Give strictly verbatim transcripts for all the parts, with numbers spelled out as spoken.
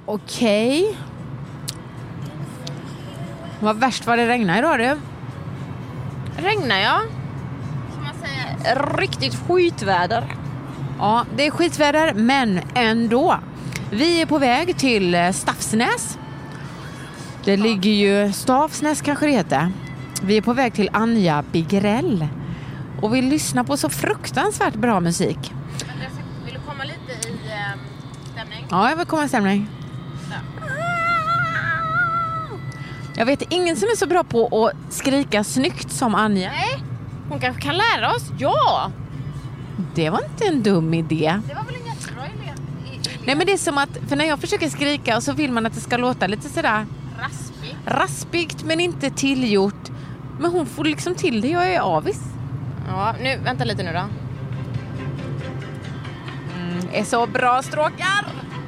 Okej. Okay. Vad värst var det regnar idag du? Regnar jag? Som man säger, riktigt skitväder. Ja, det är skitväder, men ändå. Vi är på väg till Stavsnäs. Det ligger ju, Stavsnäs kanske det heter. Vi är på väg till Anja Bigrell. Och vi lyssnar på så fruktansvärt bra musik. Vill du komma lite i eh, stämning? Ja, jag vill komma i stämning. Ja. Jag vet ingen som är så bra på att skrika snyggt som Anja. Nej, hon kanske kan lära oss. Ja! Det var inte en dum idé. Det var väl en jättebra idé. I, i Nej, men det är som att, för när jag försöker skrika och så vill man att det ska låta lite sådär raspigt. Raspigt men inte tillgjort. Men hon får liksom till det, jag är avis. Ja, nu, vänta lite nu då. Mm, är så bra stråkar.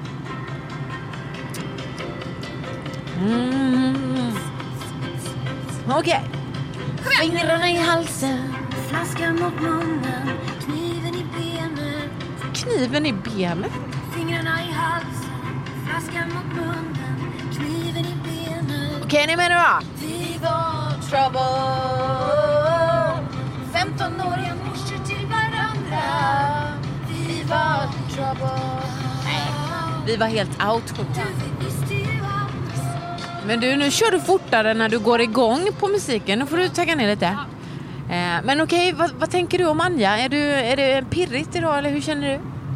Mm. Okej. Okay. Fingrarna i halsen, flaskan mot munnen, kniven i benet. Kniven i benet? Fingrarna i halsen, flaskan mot munnen, kniven i benet. Okej, okay, ni menar då? Vi var trouble. femtonåriga morsor till varandra. Vi var trouble. Nej, vi var helt out. Du visste ju allt. Men du, nu kör du fortare när du går igång på musiken. Nu får du tagga ner lite. Eh, men okej, vad, vad tänker du om Anja? Är, du, är det pirrigt idag eller hur känner du?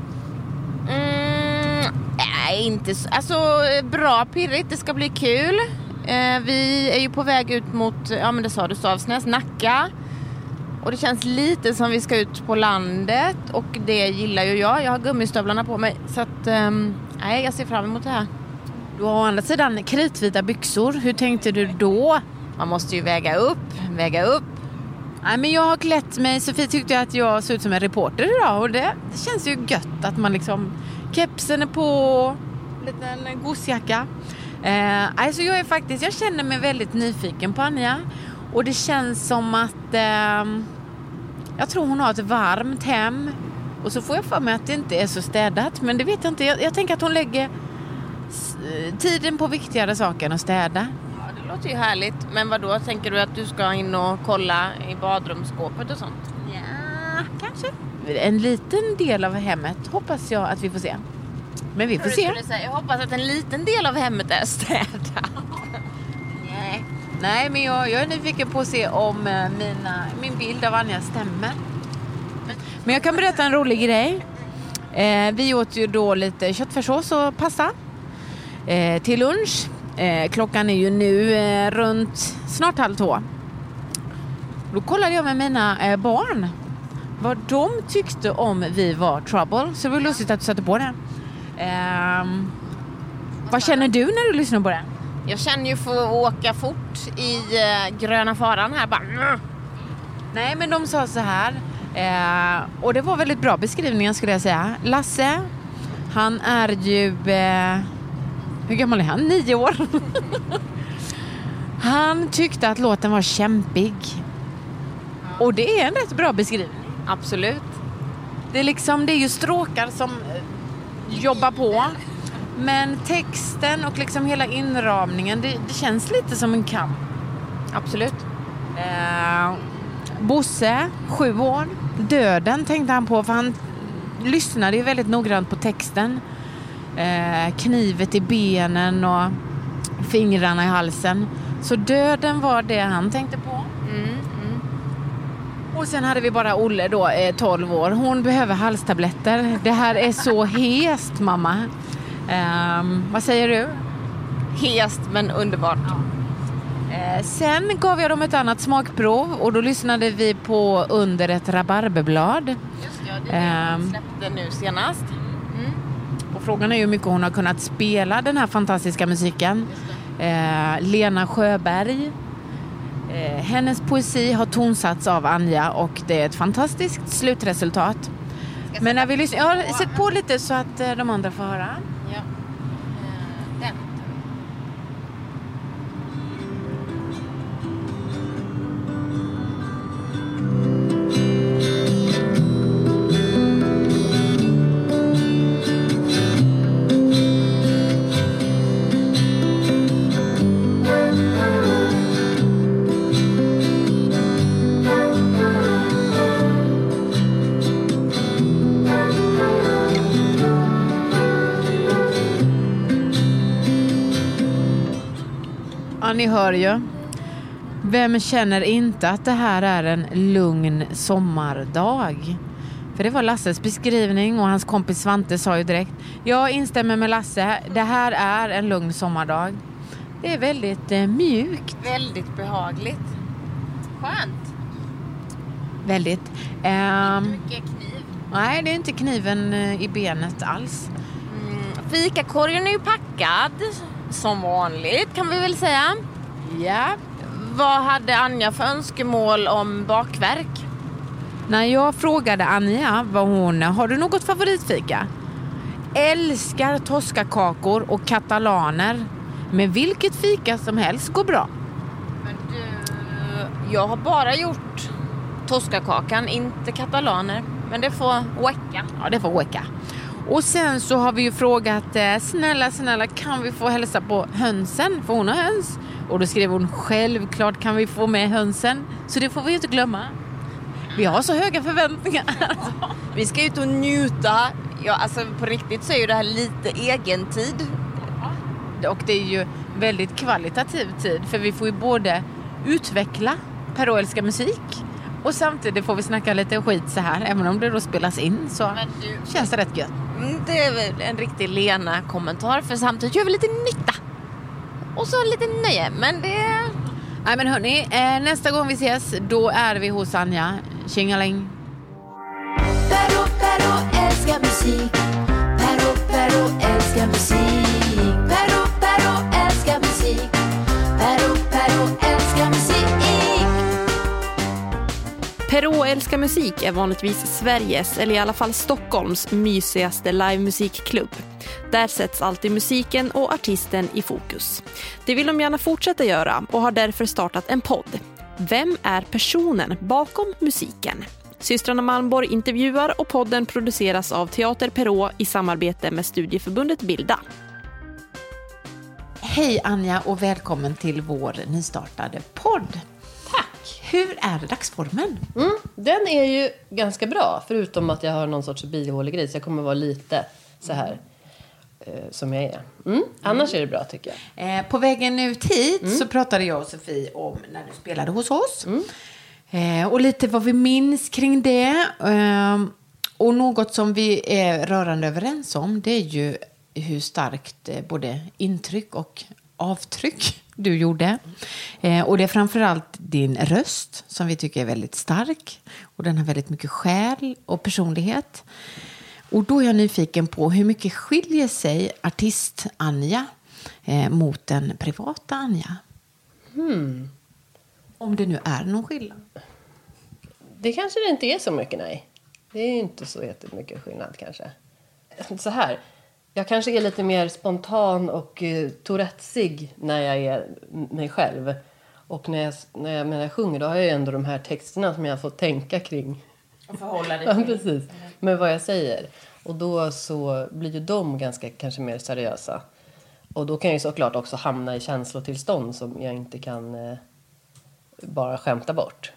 Mm, nej, inte så. Alltså, bra pirrigt. Det ska bli kul. Eh, vi är ju på väg ut mot, ja men det sa du, Stavsnäs, Nacka. Och det känns lite som vi ska ut på landet. Och det gillar ju jag. Jag har gummistövlarna på mig. Så att, um, nej, jag ser fram emot det här. Du har å andra sidan kritvita byxor. Hur tänkte du då? Man måste ju väga upp, väga upp. Nej, men jag har klätt mig. Sofie tyckte att jag såg ut som en reporter idag. Och det, det känns ju gött att man liksom, kepsen är på, liten gossjacka. Eh, alltså jag är faktiskt, jag känner mig väldigt nyfiken på Anja. Och det känns som att eh, jag tror hon har ett varmt hem. Och så får jag för mig att det inte är så städat. Men det vet jag inte. Jag, jag tänker att hon lägger s- tiden på viktigare saker än att städa. Ja, det låter ju härligt. Men vad då? Tänker du att du ska in och kolla i badrumsskåpet och sånt? Ja, kanske. En liten del av hemmet hoppas jag att vi får se. Men vi får se. Säga, jag hoppas att en liten del av hemmet är städat. Nej. Nej, men jag, jag är nyfiken på att se om mina, min bild av Anja stämmer. Men jag kan berätta en rolig grej. Eh, vi åt ju då lite köttfärssås och pasta eh, till lunch. Eh, klockan är ju nu eh, runt snart halv två. Då kollade jag med mina eh, barn vad de tyckte om Vi var trouble. Så det var lustigt att du satte på det. Eh, vad känner du när du lyssnar på det? Jag känner ju för att åka fort i eh, gröna faran här. Bara, mm. Nej, men de sa så här. Eh, och det var väldigt bra beskrivningar skulle jag säga. Lasse, han är ju... Eh, hur gammal är han? Nio år. Han tyckte att låten var kämpig. Och det är en rätt bra beskrivning. Absolut. Det är liksom, det är ju stråkar som eh, jobbar på. Men texten och liksom hela inramningen, det, det känns lite som en kamp. Absolut. Eh, Bosse, sju år. Döden tänkte han på, för han lyssnade ju väldigt noggrant på texten. Eh, knivet i benen och fingrarna i halsen. Så döden var det han tänkte på. Mm, mm. Och sen hade vi bara Olle då, eh, tolv år. Hon behöver halstabletter. Det här är så hest, mamma. Eh, vad säger du? Hest men underbart. Eh, sen gav jag dem ett annat smakprov och då lyssnade vi på Under ett rabarberblad. Just ja, det Ehm. vi släppte nu senast. Mm. Och frågan är ju hur mycket hon har kunnat spela den här fantastiska musiken. Eh, Lena Sjöberg. Eh, hennes poesi har tonsatts av Anja och det är ett fantastiskt slutresultat. Men när vi lyssnar, jag har sett på lite så att eh, de andra får höra. Ja. Eh, den. Ja, ni hör ju. Vem känner inte att det här är en lugn sommardag? För det var Lasses beskrivning och hans kompis Svante sa ju direkt: jag instämmer med Lasse, det här är en lugn sommardag. Det är väldigt eh, mjukt. Väldigt behagligt. Skönt. Väldigt. Ehm, Mycket kniv. nej, det är inte kniven eh, i benet alls. Mm, fikakorgen är ju packad. Som vanligt kan vi väl säga. Ja. Vad hade Anja för önskemål om bakverk? När jag frågade Anja vad hon, har du något favoritfika? Älskar toskakakor och katalaner. Men vilket fika som helst går bra. Men du, jag har bara gjort toskakakan, inte katalaner. Men det får wecka. Ja, det får wecka. Och sen så har vi ju frågat, eh, snälla, snälla, kan vi få hälsa på hönsen? För hon har höns. Och då skrev hon, självklart kan vi få med hönsen. Så det får vi inte glömma. Vi har så höga förväntningar. Vi ska ut och njuta. Ja, alltså på riktigt så är ju det här lite egen tid. Och det är ju väldigt kvalitativ tid. För vi får ju både utveckla Perå älskar musik. Och samtidigt får vi snacka lite skit så här. Även om det då spelas in så du, känns det rätt gött. Det är väl en riktig Lena-kommentar. För samtidigt gör vi lite nytta. Och så lite nöje. Men det... Nej men hörni, eh, nästa gång vi ses då är vi hos Anja. Tjingaling. Perå, Perå älskar musik. Perå, Perå älskar musik. Perå, Perå älskar musik. Perå, Perå älskar musik. Perå älskar musik är vanligtvis Sveriges, eller i alla fall Stockholms, mysigaste livemusikklubb. Där sätts alltid musiken och artisten i fokus. Det vill de gärna fortsätta göra och har därför startat en podd. Vem är personen bakom musiken? Systrarna Malmborg intervjuar och podden produceras av Teater Perå i samarbete med studieförbundet Bilda. Hej Anja och välkommen till vår nystartade podd. Tack! Hur är dagsformen? Mm, den är ju ganska bra, förutom att jag har någon sorts bihålegrej, så jag kommer vara lite så här eh, som jag är. Mm, annars är det bra tycker jag. Eh, på vägen ut hit mm. så pratade jag och Sofie om när du spelade hos oss. Mm. Eh, och lite vad vi minns kring det. Eh, och något som vi är rörande överens om, det är ju hur starkt eh, både intryck och avtryck du gjorde. Eh, och det är framförallt din röst som vi tycker är väldigt stark. Och den har väldigt mycket själ och personlighet. Och då är jag nyfiken på hur mycket skiljer sig artist Anja eh, mot den privata Anja? Hmm. Om det nu är någon skillnad. Det kanske det inte är så mycket, nej. Det är inte så jättemycket skillnad kanske. Så här, jag kanske är lite mer spontan och uh, tourettesig när jag är mig själv. Och när jag, när, jag, när jag sjunger då har jag ändå de här texterna som jag får tänka kring. Och förhålla dig ja, till. precis. Med vad jag säger. Och då så blir ju de ganska kanske mer seriösa. Och då kan jag ju såklart också hamna i känslotillstånd som jag inte kan uh, bara skämta bort.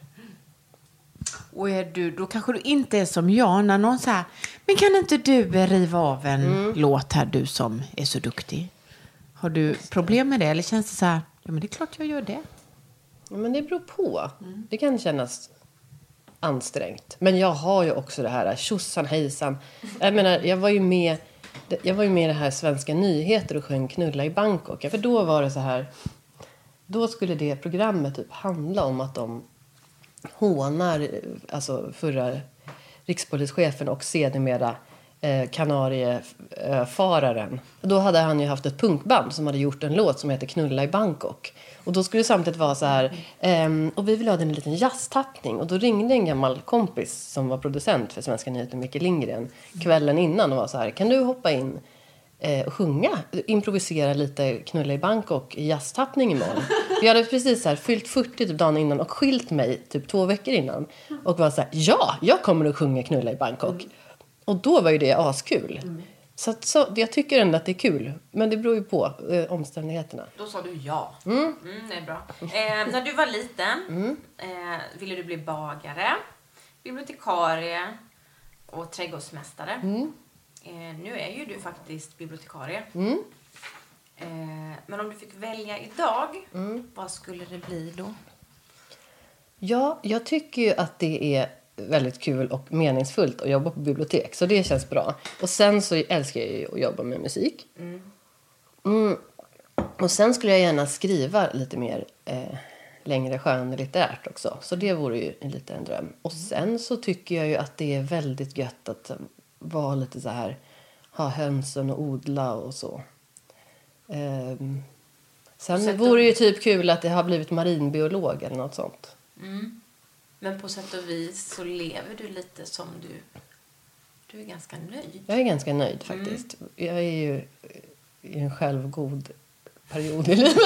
Och är du, då kanske du inte är som jag när någon säger, men kan inte du riva av en mm. låt här, du som är så duktig? Har du problem med det? Eller känns det så här, ja men det är klart jag gör det. Ja, men det beror på. Mm. Det kan kännas ansträngt. Men jag har ju också det här, tjossan hejsan. Jag menar, jag var ju med, jag var ju med i det här Svenska nyheter och sjöng Knulla i Bangkok. För då var det så här, då skulle det programmet typ handla om att de hånar, alltså förra rikspolischefen och sedermera eh, Kanariefararen. Då hade han ju haft ett punkband som hade gjort en låt som heter Knulla i Bangkok. Och då skulle det samtidigt vara så här, ehm, och vi vill ha en liten jazztappning. Och då ringde en gammal kompis som var producent för Svenska nyheter, Micke Lindgren, kvällen innan och var så här, kan du hoppa in eh, och sjunga, improvisera lite Knulla i Bangkok i jazztappning imorgon. Jag hade precis så här fyllt fyrtio typ dagen innan och skilt mig typ två veckor innan. Och var så här, ja, jag kommer att sjunga Knulla i Bangkok. Mm. Och då var ju det askul. Mm. Så, att, så jag tycker ändå att det är kul. Men det beror ju på eh, omständigheterna. Då sa du ja. Mm. Mm, det är bra. Eh, när du var liten mm. eh, ville du bli bagare, bibliotekarie och trädgårdsmästare. Mm. Eh, nu är ju du faktiskt bibliotekarie. Mm. Eh, men om du fick välja idag, mm. vad skulle det bli då? Ja, jag tycker ju att det är väldigt kul och meningsfullt att jobba på bibliotek. Så det känns bra. Och sen så älskar jag ju att jobba med musik. Mm. Mm. Och sen skulle jag gärna skriva lite mer eh, längre skönlitterärt också. Så det vore ju en liten dröm. Och sen så tycker jag ju att det är väldigt gött att vara lite så här, ha hönsen och odla och så. Um, sen sätt vore det ju typ kul att det har blivit marinbiolog eller något sånt. Mm. Men på sätt och vis så lever du lite som du... Du är ganska nöjd. Jag är ganska nöjd faktiskt. Mm. Jag är ju i en självgod period i livet.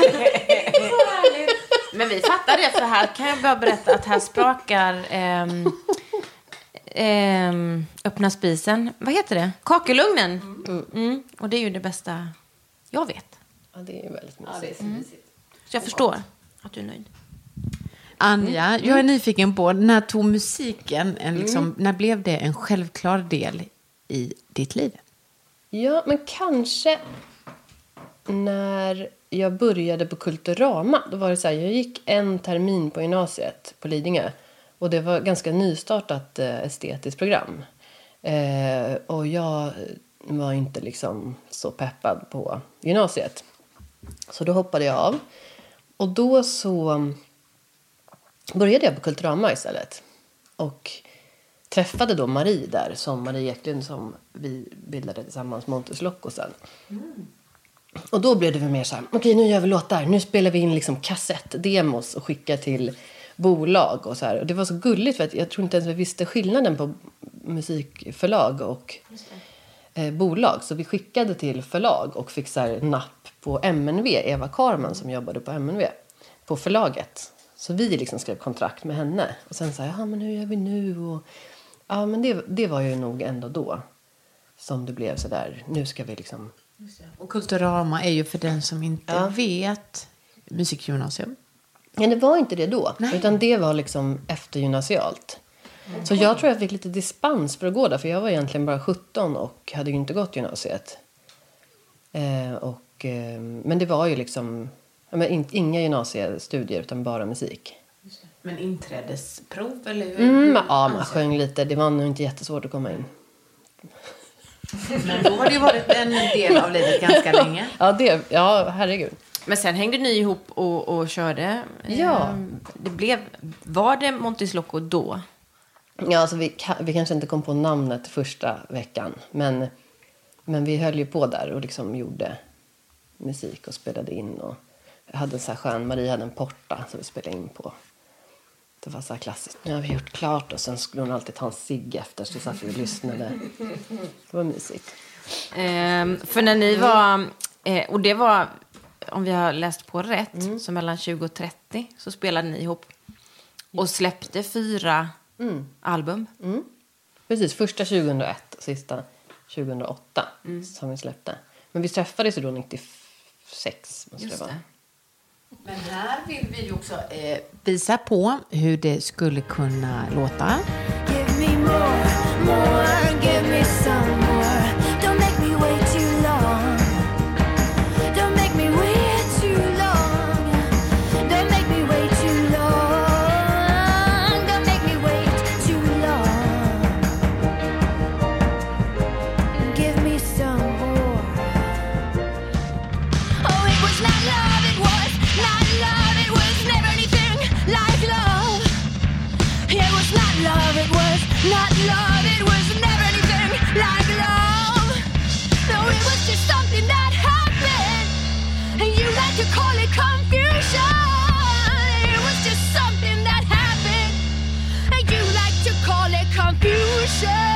Men vi fattar det, för här kan jag bara berätta att här sprakar ehm, ehm, öppna spisen. Vad heter det? Kakelugnen. Mm. Mm. Och det är ju det bästa jag vet. Ja, det är ju väldigt mysigt. Ja, det är så mysigt. Så jag förstår att du är nöjd. Anja, mm. jag är nyfiken på, när tog musiken, en, liksom, mm. när blev det en självklar del i ditt liv? Ja, men kanske när jag började på Kulturama. Då var det så här, jag gick en termin på gymnasiet på Lidingö. Och det var ganska nystartat eh, estetiskt program. Eh, och jag var inte liksom så peppad på gymnasiet. Så då hoppade jag av. Och då så började jag på Kulturama istället. Och träffade då Marie där, som Marie Eklund, som vi bildade tillsammans Montes Loco sen. Mm. Och då blev det väl mer så här, okej okay, nu gör vi låtar. Nu spelar vi in liksom kassettdemos och skickar till bolag och så här. Och det var så gulligt för att jag tror inte ens vi visste skillnaden på musikförlag och eh, bolag. Så vi skickade till förlag och fick så här napp på M N V, Eva Karman som jobbade på M N V, på förlaget. Så vi liksom skrev kontrakt med henne. Och sen så här, ja men hur gör vi nu? Och, ja men det, det var ju nog ändå då som det blev så där, nu ska vi liksom... Och Kulturama är ju för den som inte ja. vet musikgymnasium. Ja, det var inte det då. Nej. Utan det var liksom eftergymnasialt. Mm. Så jag tror jag fick lite dispens för att gå där. För jag var egentligen bara sjutton och hade ju inte gått gymnasiet. Eh, och, eh, men det var ju liksom... Ja, men in, inga gymnasiestudier utan bara musik. Men inträdesprov eller hur? Mm, ja, man sjöng lite. Det var nog inte jättesvårt att komma in. Men då har det ju varit en del av livet ganska länge. Ja, det, ja herregud. Men sen hängde ni ihop och, och körde. Ja. Det blev, var det Montes Loco då? Ja, alltså vi, vi kanske inte kom på namnet första veckan. Men, men vi höll ju på där och liksom gjorde musik och spelade in. Och jag hade en så här skön, Marie hade en porta som vi spelade in på. Det var så här klassiskt. Nu har vi gjort klart och sen skulle hon alltid ta en cigg efter så satt vi och lyssnade. Det var mysigt. Ehm, för när ni var, eh, och det var, om vi har läst på rätt, mm. så mellan tjugo och trettio så spelade ni ihop. Och släppte fyra mm. album. Mm. Precis, första tjugohundraett och sista tjugohundraåtta mm. som vi släppte. Men vi träffades ju då nittiosex. Måste Just det vara. det. Men här vill vi också eh, visa på hur det skulle kunna låta. Give me more, more, give me some more. Don't make me wait too long. Don't make me wait too long. Don't make me wait too long. Don't make me wait too long. Give me some more. Oh, it was not love, it was not love, it was never anything like love. It was not love, it was not love, it was never anything like love. No, it was just something that happened, and you like to call it confusion. It was just something that happened, and you like to call it confusion.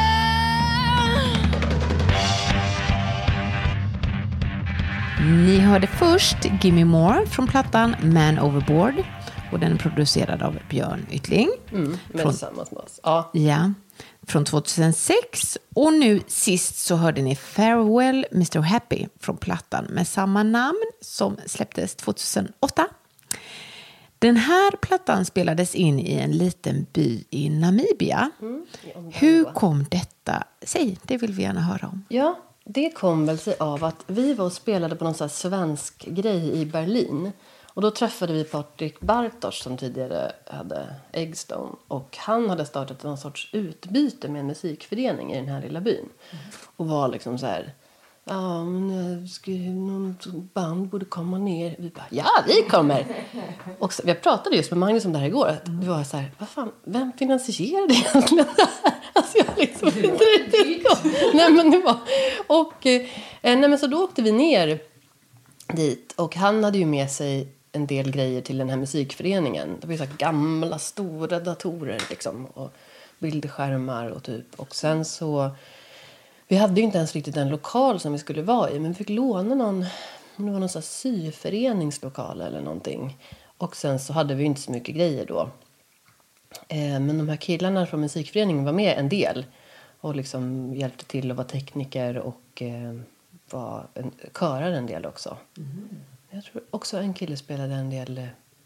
Ni hörde först Gimme More från plattan Man Overboard. Och den är producerad av Björn Yttling. Mm, men från, tillsammans med oss. Ja. ja, från tjugohundrasex. Och nu sist så hörde ni Farewell mister Happy från plattan med samma namn som släpptes tjugohundraåtta. Den här plattan spelades in i en liten by i Namibia. Mm, Hur kom detta sig? Det vill vi gärna höra om. Ja, det kom väl sig av att vi var och spelade på någon sån här svensk grej i Berlin. Och då träffade vi Patrik Bartosz som tidigare hade Eggstone. Och han hade startat någon sorts utbyte med en musikförening i den här lilla byn. Mm. Och var liksom så här... Ja, men ska, någon band borde komma ner. Vi bara, ja, vi kommer! Och så, jag pratade just med Magnus om det här igår. Att det var så här, vad fan, vem finansierar det egentligen? Alltså jag liksom inte riktigt kom. Nej, men det var... Och, eh, nej, men så då åkte vi ner dit. Och han hade ju med sig en del grejer till den här musikföreningen. Det var ju så här gamla, stora datorer liksom. Och bildskärmar och typ. Och sen så... Vi hade ju inte ens riktigt en lokal som vi skulle vara i. Men vi fick låna någon... Det var någon sån här syföreningslokal eller någonting. Och sen så hade vi inte så mycket grejer då. Eh, men de här killarna från musikföreningen var med en del. Och liksom hjälpte till att vara tekniker och eh, var en, körar en del också. Mm. Jag tror också en kille spelade en del eh,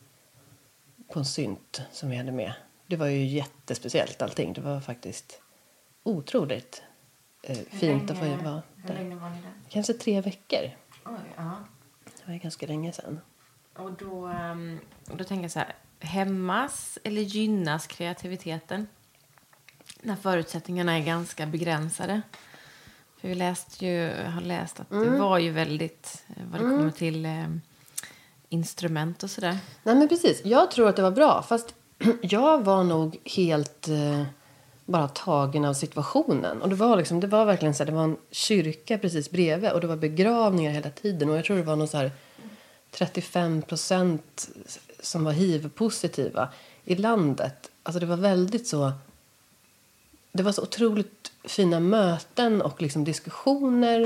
på en synt som vi hade med. Det var ju jättespeciellt allting. Det var faktiskt otroligt eh, fint att få vara där. Hur länge var ni där? Kanske tre veckor. Oj, ja. Det var ganska länge sedan. Och då, um, då tänker jag så här, hämmas eller gynnas kreativiteten när förutsättningarna är ganska begränsade? För vi läst ju, har läst att mm. det var ju väldigt, vad det kommer mm. till eh, instrument och sådär. Nej men precis, jag tror att det var bra. Fast jag var nog helt eh, bara tagen av situationen. Och det var liksom, det var verkligen så här, det var en kyrka precis bredvid. Och det var begravningar hela tiden. Och jag tror det var någon så här trettiofem procent som var H I V-positiva i landet. Alltså det var väldigt så... Det var så otroligt fina möten och liksom diskussioner.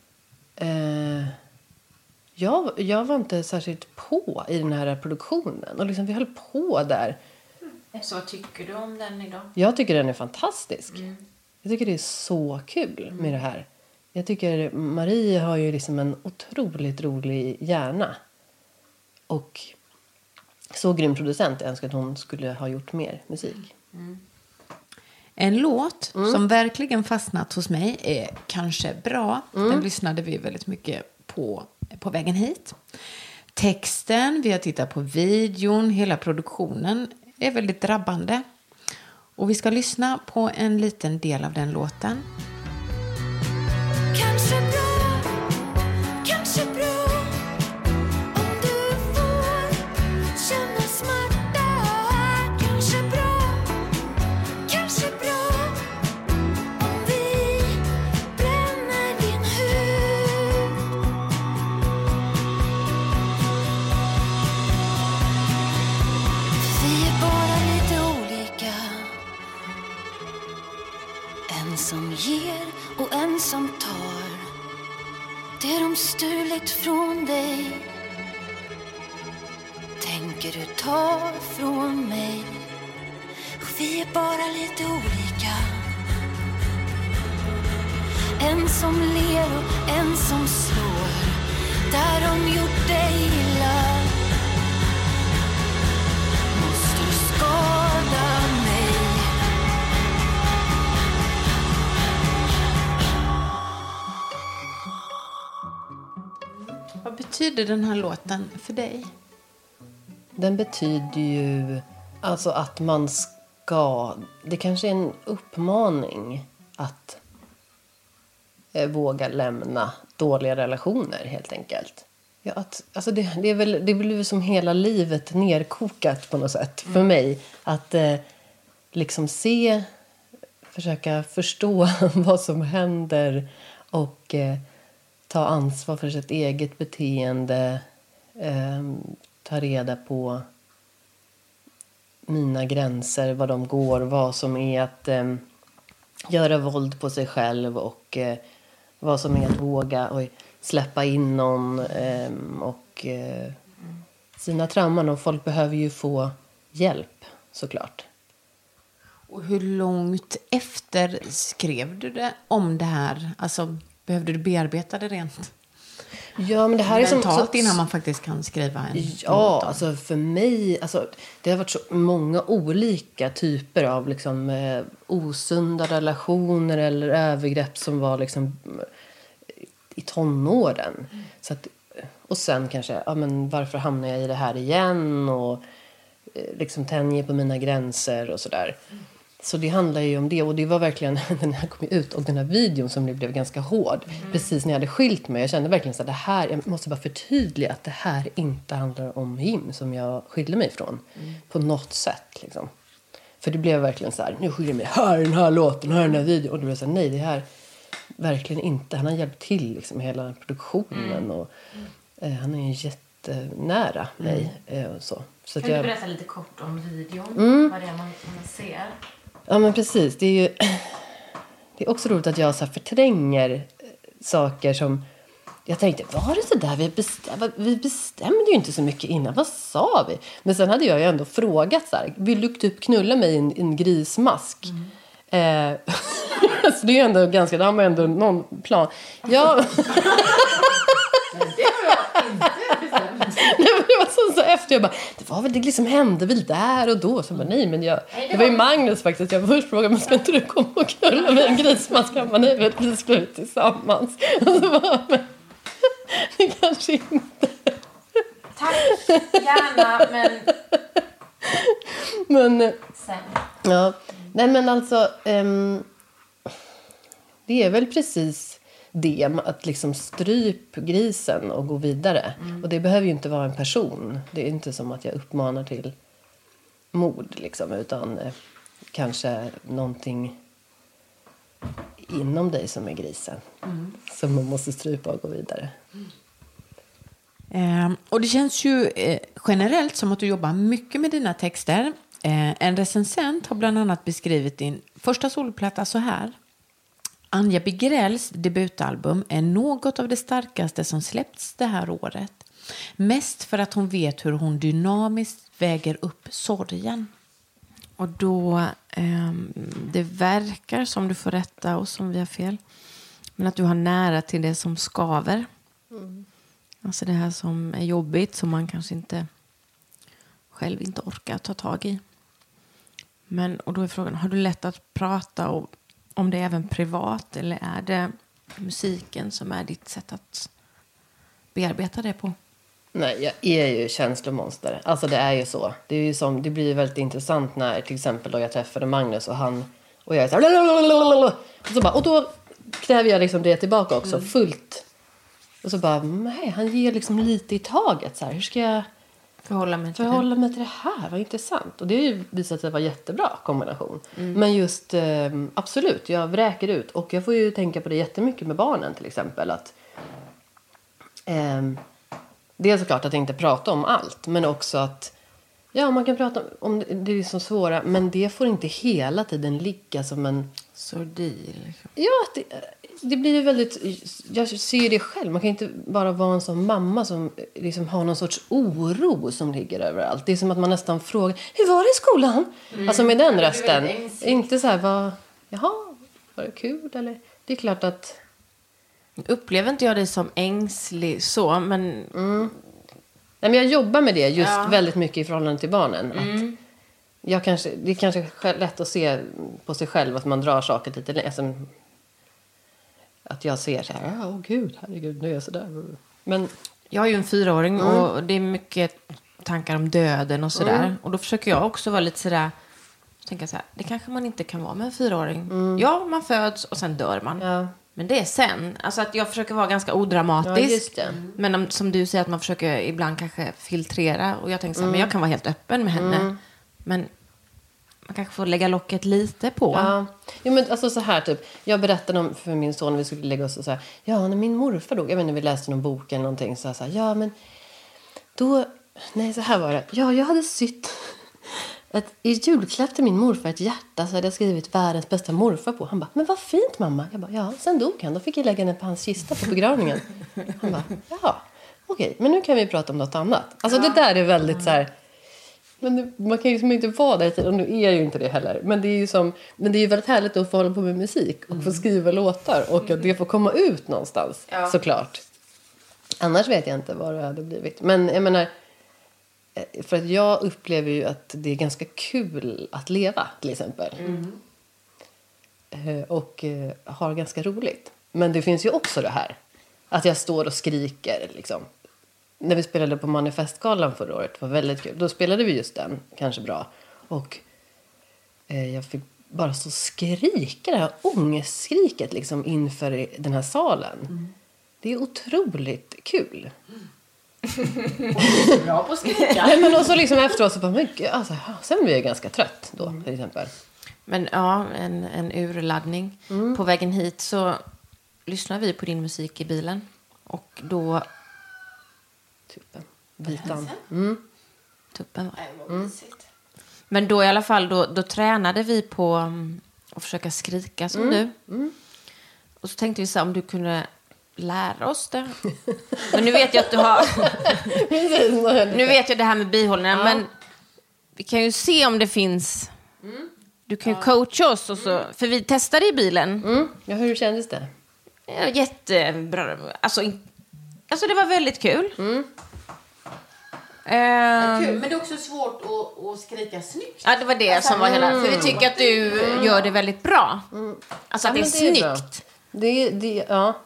Eh, jag, jag var inte särskilt på i den här produktionen. Och liksom vi höll på där. Så vad tycker du om den idag? Jag tycker den är fantastisk. Mm. Jag tycker det är så kul med det här. Jag tycker Marie har ju liksom en otroligt rolig hjärna. Och så grym producent. Jag önskar att hon skulle ha gjort mer musik. Mm. En låt Mm. som verkligen fastnat hos mig är Kanske bra. Mm. Den lyssnade vi väldigt mycket på på vägen hit. Texten, vi har tittat på videon, hela produktionen är väldigt drabbande. Och vi ska lyssna på en liten del av den låten. Kanske bra, kanske bra om du får känna smärta. Kanske bra, kanske bra om vi bränner din hud. Vi är bara lite olika. En som ger och en som tar det de stulit från dig. Tänker du ta från mig? Och vi är bara lite olika. En som ler och en som slår där de gjort dig illa. Måste du skada mig? Vad betyder den här låten för dig? Den betyder ju alltså att man ska... Det kanske är en uppmaning att eh, våga lämna dåliga relationer helt enkelt. Ja, att, alltså det, det, är väl, det blir som hela livet nerkokat på något sätt mm. för mig. Att eh, liksom se, försöka förstå vad som händer och eh, ta ansvar för sitt eget beteende. Eh, ta reda på mina gränser, vad de går, vad som är att eh, göra våld på sig själv och eh, vad som är att våga och släppa in någon eh, och eh, sina trauman. Och folk behöver ju få hjälp, såklart. Och hur långt efter skrev du det om det här? Alltså, behövde du bearbeta det rent? Ja, men det här är som mentalt så, innan man faktiskt kan skriva en ja, låt. alltså för mig, alltså, det har varit så många olika typer av liksom, eh, osunda relationer eller övergrepp som var liksom i tonåren. Mm. Så att, och sen kanske, ja, men varför hamnar jag i det här igen? Och liksom tänjer på mina gränser och sådär. Mm. Så det handlar ju om det. Och det var verkligen, den här kom ut. Och den här videon som blev ganska hård. Mm. Precis när jag hade skilt mig. Jag kände verkligen så att det här, jag måste bara förtydliga att det här inte handlar om Jim som jag skilde mig ifrån. Mm. På något sätt liksom. För det blev verkligen så här, nu skiljer jag mig, här den här låten, här den här videon. Och det blev så här, nej det här, verkligen inte. Han har hjälpt till liksom hela produktionen. Mm. Och eh, han är ju jättenära mig. Mm. Eh, och så. Så kan att jag... du berätta lite kort om videon? Mm. Vad det är man, man ser? Ja men precis, det är ju det är också roligt att jag så här förtränger saker som jag tänkte, var det så där vi bestämde? Vi bestämde ju inte så mycket innan, vad sa vi? Men sen hade jag ju ändå frågat så här, vill du typ knulla mig i en, en grismask? Mm. Eh, så det är ju ändå ganska, det har man ändå någon plan. Ja. Nej, men det var så, så efter jag bara, det var väl det liksom hände väl där och då så bara, nej men jag, det var ju Magnus faktiskt, jag först frågade, men ska inte du komma och knulla med en grismask? Han bara, nej vet vi ska ut tillsammans. Och så bara, men det kanske inte. Tack, gärna, men men sen. Ja, nej men alltså um, det är väl precis det, att liksom stryp grisen och gå vidare. Mm. Och det behöver ju inte vara en person. Det är inte som att jag uppmanar till mord liksom, utan eh, kanske någonting inom dig som är grisen. Mm. Som man måste strypa och gå vidare. Mm. Eh, och det känns ju eh, generellt som att du jobbar mycket med dina texter. Eh, en recensent har bland annat beskrivit din första solplatta så här. Anja Bigrells debutalbum är något av det starkaste som släppts det här året. Mest för att hon vet hur hon dynamiskt väger upp sorgen. Och då, eh, det verkar som du får rätta och som vi har fel. Men att du har nära till det som skaver. Mm. Alltså det här som är jobbigt, som man kanske inte själv inte orkar ta tag i. Men, och då är frågan, har du lätt att prata och om det är även privat, eller är det musiken som är ditt sätt att bearbeta det på? Nej, jag är ju känslomonster. Alltså det är ju så. Det är ju som, det blir väldigt intressant när till exempel då jag träffade Magnus och han och jag är så här, och så bara, och då kräver jag liksom det tillbaka också, mm. fullt. Och så bara, nej, han ger liksom lite i taget så här. Hur ska jag förhålla mig till, förhålla mig till det här? Vad intressant. Och det har ju visat sig vara jättebra kombination. Mm. Men just, eh, absolut, jag vräker ut. Och jag får ju tänka på det jättemycket med barnen till exempel. Att eh, det är såklart att inte prata om allt. Men också att, ja, man kan prata om det, det är så svåra. Men det får inte hela tiden ligga som en sordil. Liksom. Ja, det, det blir ju väldigt, jag ser det själv. Man kan inte bara vara en sån mamma som liksom har någon sorts oro som ligger överallt. Det är som att man nästan frågar, hur var det i skolan? Mm. Alltså med den rösten. Inte så här, vad, jaha, var det kul? Eller? Det är klart att... Upplever inte jag det som ängslig så, men... Mm. Nej, men jag jobbar med det just ja. väldigt mycket i förhållande till barnen. Mm. Att jag kanske, det är kanske lätt att se på sig själv att man drar saker lite lätt. Att jag ser så här, åh oh, gud, herregud, nu är jag så där. Men jag har ju en fyraåring mm. och det är mycket tankar om döden och sådär. Mm. Och då försöker jag också vara lite sådär, tänka så här, det kanske man inte kan vara med en fyraåring. Mm. Ja, man föds och sen dör man. Ja. Men det är sen. Alltså att jag försöker vara ganska odramatisk. Ja, just det. Men om, som du säger att man försöker ibland kanske filtrera. Och jag tänker så här, mm. men jag kan vara helt öppen med henne. Mm. Men man kanske får lägga locket lite på. Ja, jo, men alltså så här typ. Jag berättade om för min son när vi skulle lägga oss och så här. Ja, när min morfar dog. Jag vet inte, vi läste någon bok eller någonting. Så här, så här, ja, men då... Nej, så här var det. Ja, jag hade sytt... Ett, i julklapp till min morfar ett hjärta så hade jag skrivit världens bästa morfar på. Han bara, men vad fint mamma. Jag bara, ja, sen dog han. Då fick jag lägga den på hans kista på begravningen. Han bara, ja, okej. Men nu kan vi prata om något annat. Alltså ja. Det där är väldigt så här... Men det, man kan ju liksom inte vara där. Och nu är jag ju inte det heller. Men det är ju som, men det är ju väldigt härligt att få hålla på med musik. Och mm. få skriva låtar. Och att det får komma ut någonstans. Ja. Såklart. Annars vet jag inte vad det hade blivit. Men jag menar... För att jag upplever ju att det är ganska kul att leva, till exempel. Mm. Och har ganska roligt. Men det finns ju också det här. att jag står och skriker liksom. När vi spelade på Manifestgalan förra året var väldigt kul. Då spelade vi just den, kanske bra. Och eh, jag fick bara så skrika det här ångestskriket liksom inför den här salen. Mm. Det är otroligt kul. Mm. Bra på att skrika. Nej, men också liksom efteråt så bara, men gud, alltså, sen blir jag ganska trött då, mm. till exempel. Men ja, en, en urladdning. Mm. På vägen hit så lyssnar vi på din musik i bilen. Och då... Tuppen. Vitan. Mm. Tuppen, va? Mm. Men då i alla fall, då, då tränade vi på um, att försöka skrika som mm. du. Mm. Och så tänkte vi så här, om du kunde lära oss det. Men nu vet jag att du har... nu vet jag det här med bihållningen, ja. Men vi kan ju se om det finns... Mm. Du kan ju ja. coacha oss och så, mm. för vi testade i bilen. Mm. Ja, hur kändes det? Ja, jättebra. Alltså, in... alltså det var väldigt kul. Mm. Ja, kul, men det är också svårt att, att skrika snyggt. Ja, det var det alltså, som var hela... För vi tycker att du mm. gör det väldigt bra. Mm. Alltså att ja, det är det snyggt. Är det, det, ja.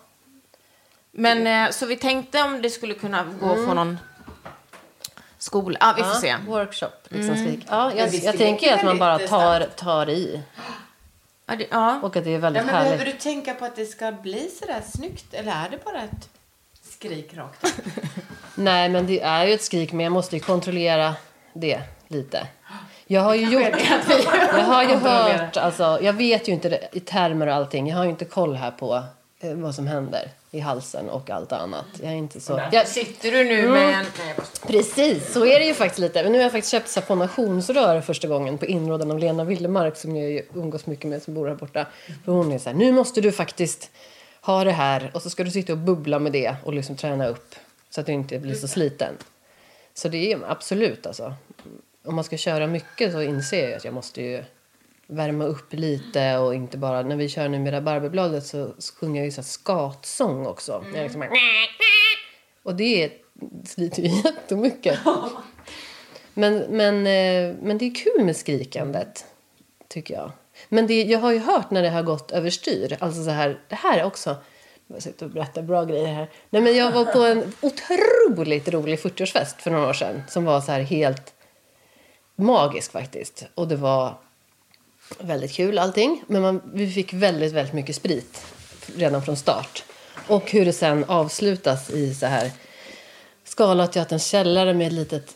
Men så vi tänkte om det skulle kunna gå mm. på någon skola. Ja, vi får ja, se. Workshop, liksom mm. Ja, jag, jag, jag tänker att man bara tar, tar i. Ja, det, ja. Och att det är väldigt ja, men härligt. behöver du tänka på att det ska bli sådär snyggt? Eller är det bara ett skrik rakt upp? Nej, men det är ju ett skrik. Men jag måste ju kontrollera det lite. Jag har ju gjort... Jag har ju hört... Alltså, jag vet ju inte det, i termer och allting. Jag har ju inte koll här på eh, vad som händer i halsen och allt annat. Jag är inte så... Jag, sitter du nu mm, med en... Precis, så är det ju faktiskt lite. Men nu har jag faktiskt köpt saponationsrör första gången på inrådan av Lena Willemark som jag ju umgås mycket med som bor här borta. För hon är så här, nu måste du faktiskt ha det här och så ska du sitta och bubbla med det och liksom träna upp så att du inte blir så sliten. Så det är absolut alltså. Om man ska köra mycket så inser jag att jag måste ju värma upp lite och inte bara... När vi kör nu med Rabarberbladet så sjunger jag ju så här skatsång också. Mm. Jag liksom bara, och det sliter ju jättemycket. men, men, men det är kul med skrikandet, tycker jag. Men det, jag har ju hört när det har gått överstyr. Alltså så här, det här är också... Jag sitter och berättar bra grejer här. Nej, men jag var på en otroligt rolig fyrtioårsfest för några år sedan. Som var så här helt magisk faktiskt. Och det var väldigt kul allting. Men man, vi fick väldigt, väldigt mycket sprit redan från start. Och hur det sen avslutas i så här Scalateaterns källare med ett litet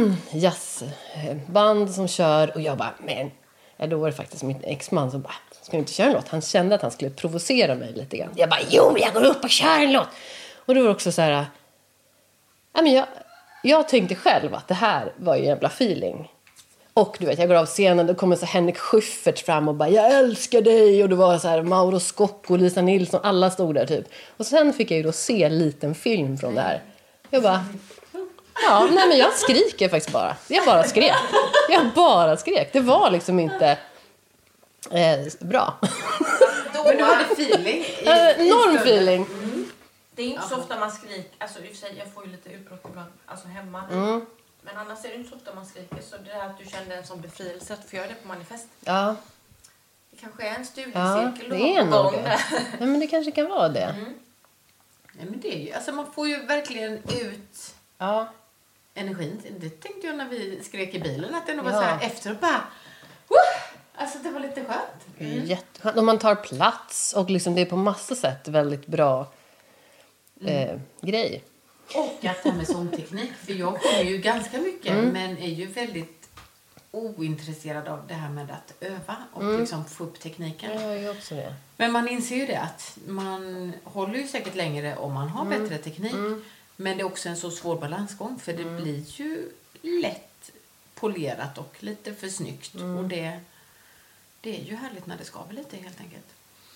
jazzband som kör. Och jag bara, men... Ja, då var det faktiskt min exman som bara, ska du inte köra en låt? Han kände att han skulle provocera mig lite grann. Jag bara, jo, jag går upp och kör en låt. Och då var det också så här, ja, men jag, jag tänkte själv att det här var ju en jävla feeling. Och du vet, jag går av scenen, då kommer så Henrik Schyffert fram och bara, jag älskar dig. Och det var så här, Mauro Scocco, Lisa Nilsson, alla stod där typ. Och sen fick jag ju då se en liten film från det här. Jag bara... Ja, nej men jag skriker faktiskt bara. Jag bara skrek. Jag bara skrek. Det var liksom inte eh, bra. Men du hade feeling? I, eh, enorm feeling. Mm. Det är inte så ofta man skriker. Alltså jag får ju lite utbrott ibland. Alltså hemma. Mm. Men annars är det inte så ofta man skriker. Så det här att du kände en sån befrielse att få göra det på Manifest. Ja. Det kanske är en studiecirkel. Ja, det är nog det. Ja, men det kanske kan vara det. Mm. Nej, men det är ju, alltså man får ju verkligen ut... Ja. Energin. Det tänkte jag när vi skrek i bilen. Att det nog var ja. så här efteråt bara... Woo! Alltså det var lite skönt. Mm. Jätteskönt. Och man tar plats. Och liksom det är på massa sätt väldigt bra eh, mm. grej. Och att det här med sångteknik. För jag kommer ju ganska mycket. Mm. Men är ju väldigt ointresserad av det här med att öva. Och mm. liksom få upp tekniken. Ja, jag är också det. Men man inser ju det att man håller ju säkert längre om man har mm. bättre teknik. Mm. Men det är också en så svår balansgång. För det mm. blir ju lätt polerat och lite för snyggt. Mm. Och det, det är ju härligt när det skaver lite helt enkelt.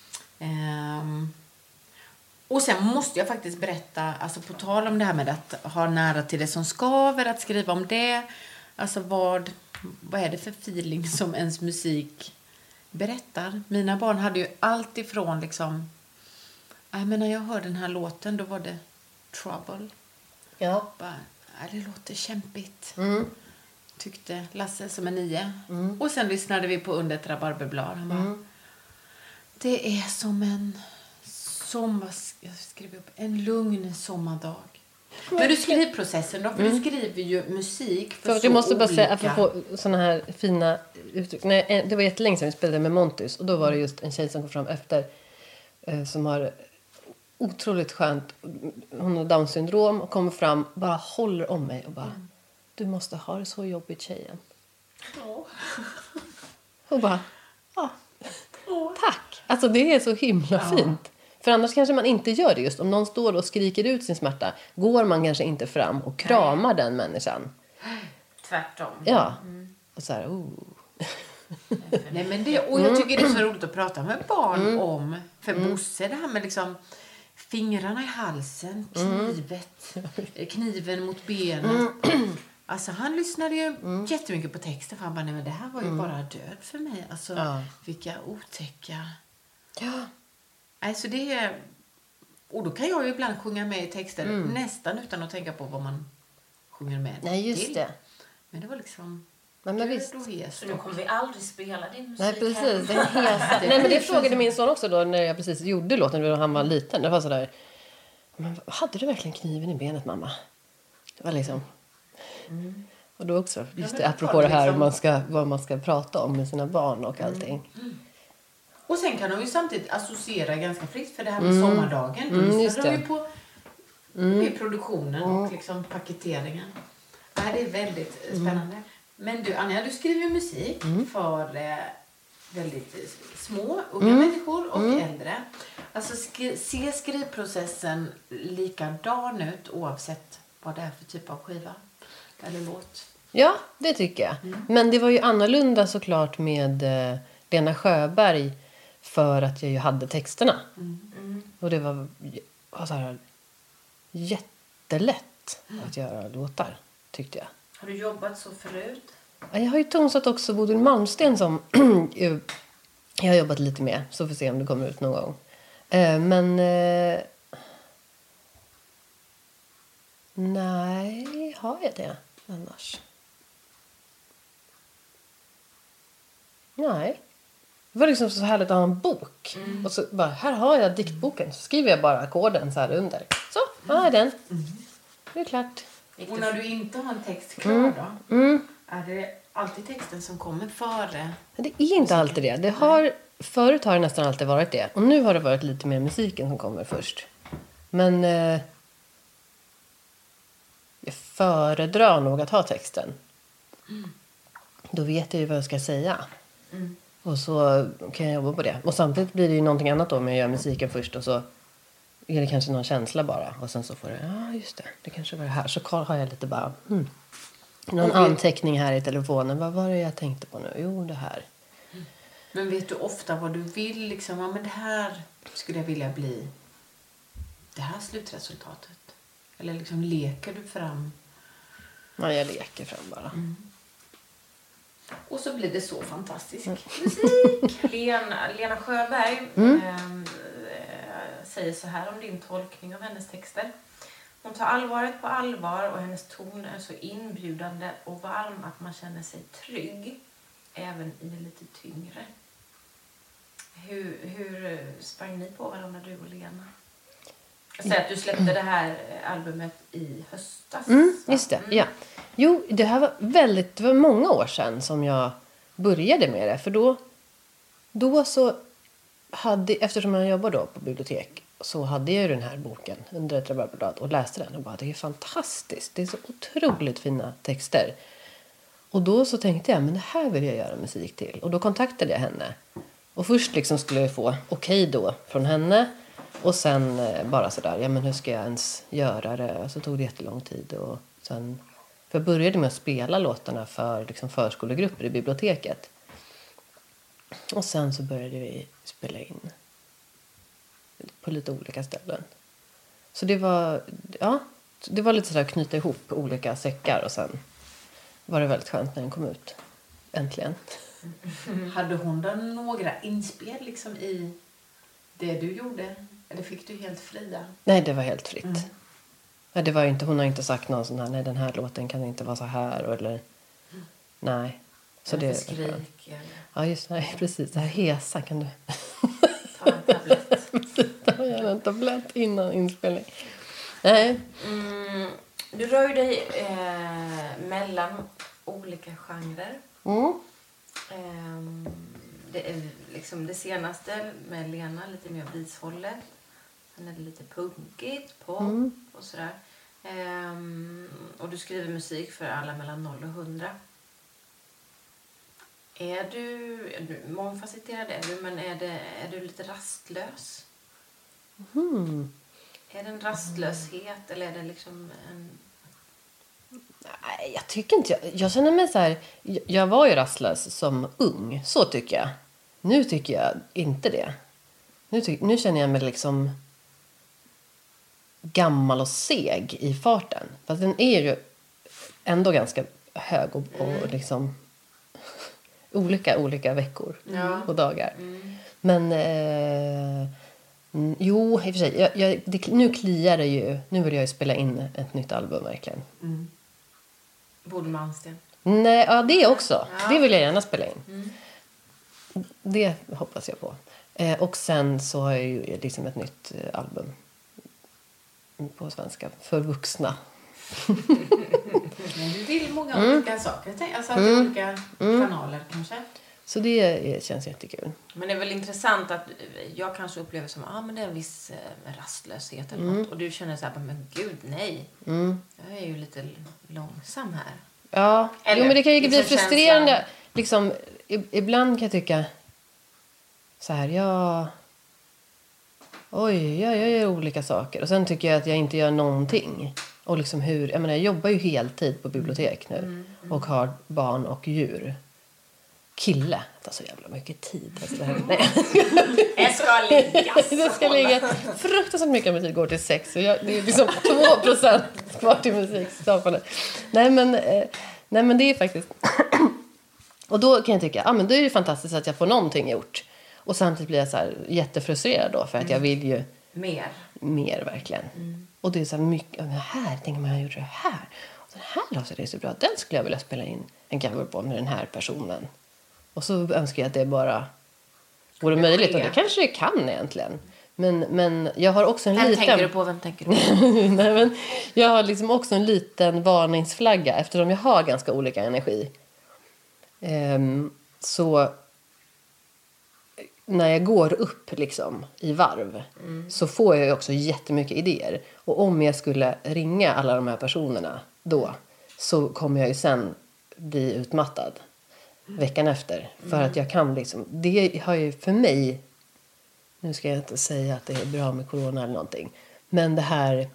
Um, och sen måste jag faktiskt berätta, alltså på tal om det här med att ha nära till det som skaver, att skriva om det. Alltså vad, vad är det för feeling som ens musik berättar? Mina barn hade ju allt ifrån liksom, jag menar jag hörde den här låten, då var det Trouble. Ja. Bara, det låter kämpigt. Mm. Tyckte Lasse som är nio. Mm. Och sen lyssnade vi på Under ett rabarberblad. Han bara, mm. det är som en sommar, jag skrev upp en lugn sommardag. Men du skrivprocessen då? För Mm. du skriver ju musik för, För så jag måste bara säga, olika... apropå såna här fina uttryck. Nej, det var jättelänge sedan vi spelade med Montys. Och då var det just en tjej som kom fram efter. Eh, som har otroligt skönt. Hon har Downs syndrom och kommer fram. Bara håller om mig och bara. Mm. Du måste ha det så jobbigt, tjejen. Ja. Och bara. Ja. Tack. Alltså det är så himla Ja. fint. För annars kanske man inte gör det just. Om någon står och skriker ut sin smärta. Går man kanske inte fram och kramar den människan. Tvärtom. Ja. Och så här, oh. Nej, men det, och jag tycker det är så roligt att prata med barn Mm. om. För Bosse, det här med liksom fingrarna i halsen, knivet, kniven mot benet. Alltså han lyssnade ju jättemycket på texten. För han bara, nej men det här var ju bara död för mig. Alltså Ja. vilka otäcka... Ja. Alltså det är... Och då kan jag ju ibland sjunga med i texter. Nästan utan att tänka på vad man sjunger med Nej, just till. det. Men det var liksom... Men, men visst. död och hes. Så nu kommer vi aldrig spela din musik. Nej, precis. Det är hesa. Nej, men det frågade min son också då när jag precis gjorde låten när han var liten. Det var så där. Men hade du verkligen kniven i benet, mamma? Det var liksom. Mm. Och då också just Ja, det men apropå det här liksom- man ska, vad man ska prata om med sina barn och allting. Och sen kan de ju samtidigt associera ganska fritt för det här med sommardagen. Då Mm, lyssnar just de det. ju på med produktionen och liksom paketeringen. Det här är väldigt eh, spännande. Men du, Anja, du skriver musik för eh, väldigt eh, små, unga människor och äldre. Alltså skri- se skrivprocessen likadan ut oavsett vad det är för typ av skiva eller låt. Ja, det tycker jag. Men det var ju annorlunda såklart med eh, Lena Sjöberg för att jag ju hade texterna. Och det var, var så här, jättelätt att göra låtar, tyckte jag. Har du jobbat så förut? Ja, jag har ju tonsatt också Bodil Malmsten som jag har jobbat lite med. Så får vi se om det kommer ut någon gång. Eh, men... Eh, nej, har jag det annars? Nej. Det var liksom så härligt att ha en bok. Mm. Och så bara, här har jag diktboken. Så skriver jag bara ackorden så här under. Så, här är den. Det är klart. Och när du inte har en text klar då? Mm. Är det alltid texten som kommer före? Men det är inte alltid det. det har, förut har det nästan alltid varit det. Och nu har det varit lite mer musiken som kommer först. Men eh, jag föredrar nog att ha texten. Mm. Då vet jag ju vad jag ska säga. Och så kan jag jobba på det. Och samtidigt blir det ju någonting annat då om jag gör musiken först. Och så är det kanske någon känsla bara. Och sen så får det, ja just det, det kanske var det här. Så har jag lite bara, hmm. Någon anteckning här i telefonen. Vad var det jag tänkte på nu? Jo, det här. Men vet du ofta vad du vill? Liksom, ja, men det här skulle jag vilja bli. Det här slutresultatet. Eller liksom leker du fram. Ja, jag leker fram bara. Och så blir det så fantastisk Musik. Lena, Lena Sjöberg Mm. ehm, eh, säger så här om din tolkning av hennes texter. Hon tar allvaret på allvar och hennes ton är så inbjudande och varm att man känner sig trygg även i det lite tyngre. Hur, hur sprang ni på varandra, du och Lena? Jag säger att du släppte det här albumet i höstas. Mm, va? just det, ja. Jo, det här var väldigt, det var många år sedan som jag började med det. För då, då så hade, eftersom jag jobbade då på bibliotek, så hade jag ju den här boken under ett rabarberblad och läste den och bara, det är fantastiskt. Det är så otroligt fina texter. Och då så tänkte jag, men det här vill jag göra musik till. Och då kontaktade jag henne. Och först liksom skulle jag få okej då från henne. Och sen eh, bara sådär, ja men hur ska jag ens göra det? Och så tog det jättelång tid. Och sen, för jag började med att spela låtarna för liksom, förskolegrupper i biblioteket. Och sen så började vi spela in på lite olika ställen. Så det var, ja, det var lite sådär att knyta ihop olika säckar. Och sen var det väldigt skönt när den kom ut. Äntligen. Hade hon då några inspel liksom i det du gjorde? Eller fick du helt fria? Nej, det var helt fritt. Mm. Nej, det var inte, hon har inte sagt någon sån här, nej den här låten kan inte vara så här. Eller, nej. Så Eller det för var skönt. skrik eller Ja, just nej, precis. Det här hesa kan du... ta en tablett. Ta gärna en tablett innan inspelning. Nej. Mm, du rör ju dig eh, mellan olika genrer. Mm. Eh, det är liksom det senaste med Lena, lite mer vishållet. Sen är det lite punkigt, pop Mm. och sådär. Eh, och du skriver musik för alla mellan noll och hundra. Är du, är du mångfacetterad är du, men är, det, är du lite rastlös? Mm. Är det en rastlöshet eller är det liksom en... Nej, jag tycker inte... Jag, jag känner mig så här... Jag, jag var ju rastlös som ung. Så tycker jag. Nu tycker jag inte det. Nu, ty, nu känner jag mig liksom gammal och seg i farten. Fast den är ju ändå ganska hög och, och liksom... olika, olika veckor Ja. och dagar. Mm. Men... Eh, mm, jo, i och för sig. Jag, jag, det, nu kliar det ju. Nu vill jag ju spela in ett nytt album verkligen. Mm. Bodil Malmsten. Nej, ja, det också. Ja. Det vill jag gärna spela in. Mm. Det hoppas jag på. Eh, och sen så har jag ju liksom ett nytt eh, album på svenska för vuxna. Men du vill många mm. olika saker. Alltså att mm. olika kanaler kanske. Så det eh, känns jättekul. Men det är väl intressant att jag kanske upplever som ah, men det är en viss eh, rastlöshet eller Mm. något. Och du känner så här, men gud nej. Mm. Jag är ju lite långsam här. Ja, Eller, jo, men det kan ju bli liksom frustrerande. känslan- Liksom, i- ibland kan jag tycka så här, jag... Oj, jag, jag gör olika saker. Och sen tycker jag att jag inte gör någonting. Och liksom hur... Jag menar, jag jobbar ju heltid på bibliotek nu. Och har barn och djur. Kille. Det tar så jävla mycket tid. Alltså det, här, nej. Det ska ligga Det ska ligga fruktansvärt mycket av min tid går till sex. Och jag, det är liksom två procent kvar till musikskapande. Nej men, eh, nej men det är faktiskt... Och då kan jag tycka, ja ah, men då är det fantastiskt att jag får någonting gjort. Och samtidigt blir jag så här jättefrustrerad då. För att jag vill ju Mer. mer verkligen. Mm. Och det är så här mycket, det här tänker man, jag gjorde det här. Och den här låten är så bra, den skulle jag vilja spela in en cover på med den här personen. Och så önskar jag att det bara vore möjligt. Och det kanske det kan egentligen. Men, men jag har också en Vem liten... tänker du på? Vem tänker du på? Nej, men jag har liksom också en liten varningsflagga. Eftersom jag har ganska olika energi. Ehm, så när jag går upp liksom i varv. Mm. Så får jag ju också jättemycket idéer. Och om jag skulle ringa alla de här personerna då. Så kommer jag ju sen bli utmattad. Veckan efter. För Mm. att jag kan liksom... Det har ju för mig... Nu ska jag inte säga att det är bra med corona eller någonting. Men det här...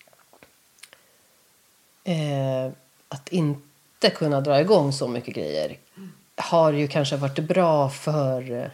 Eh, att inte kunna dra igång så mycket grejer. Har ju kanske varit bra för...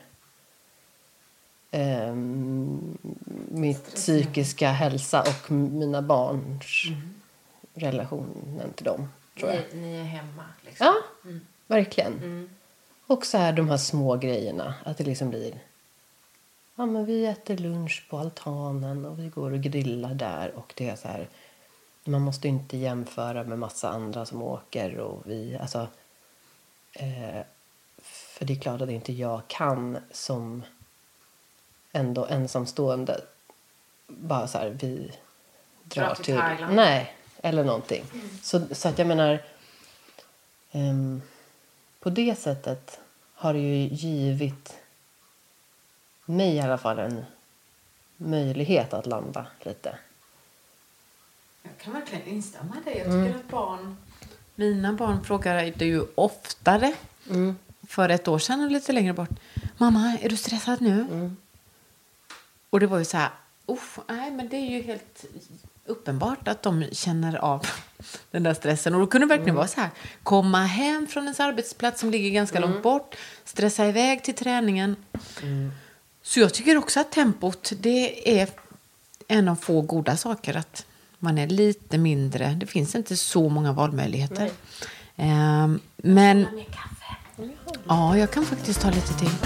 Eh, mitt psykiska hälsa och mina barns Mm. relationen till dem. Tror jag. Ni, ni är hemma liksom. Ja, verkligen. Mm. Och så här de här små grejerna. Att det liksom blir... Ja, men vi äter lunch på altanen och vi går och grillar där. Och det är så här... Man måste inte jämföra med massa andra som åker. Och vi... Alltså... Eh, för det är klart att inte jag kan som ändå ensamstående. Bara så här, vi drar Dra till till... Thailand. Nej, eller någonting. Så, så att jag menar... ehm, på det sättet har det ju givit mig i alla fall en möjlighet att landa lite. Jag kan verkligen instämma i det. Jag tycker att barn... Mina barn frågar det ju oftare. Mm. För ett år sedan och lite längre bort. Mamma, är du stressad nu? Mm. Och det var ju så här... Uff, nej, men det är ju helt uppenbart att de känner av den där stressen. Och då kunde det verkligen vara så här. Komma hem från ens arbetsplats som ligger ganska långt bort. Stressa iväg till träningen. Så jag tycker också att tempot, det är en av få goda saker. Att man är lite mindre. Det finns inte så många valmöjligheter. Ehm, men... Ja, jag kan faktiskt ta lite till.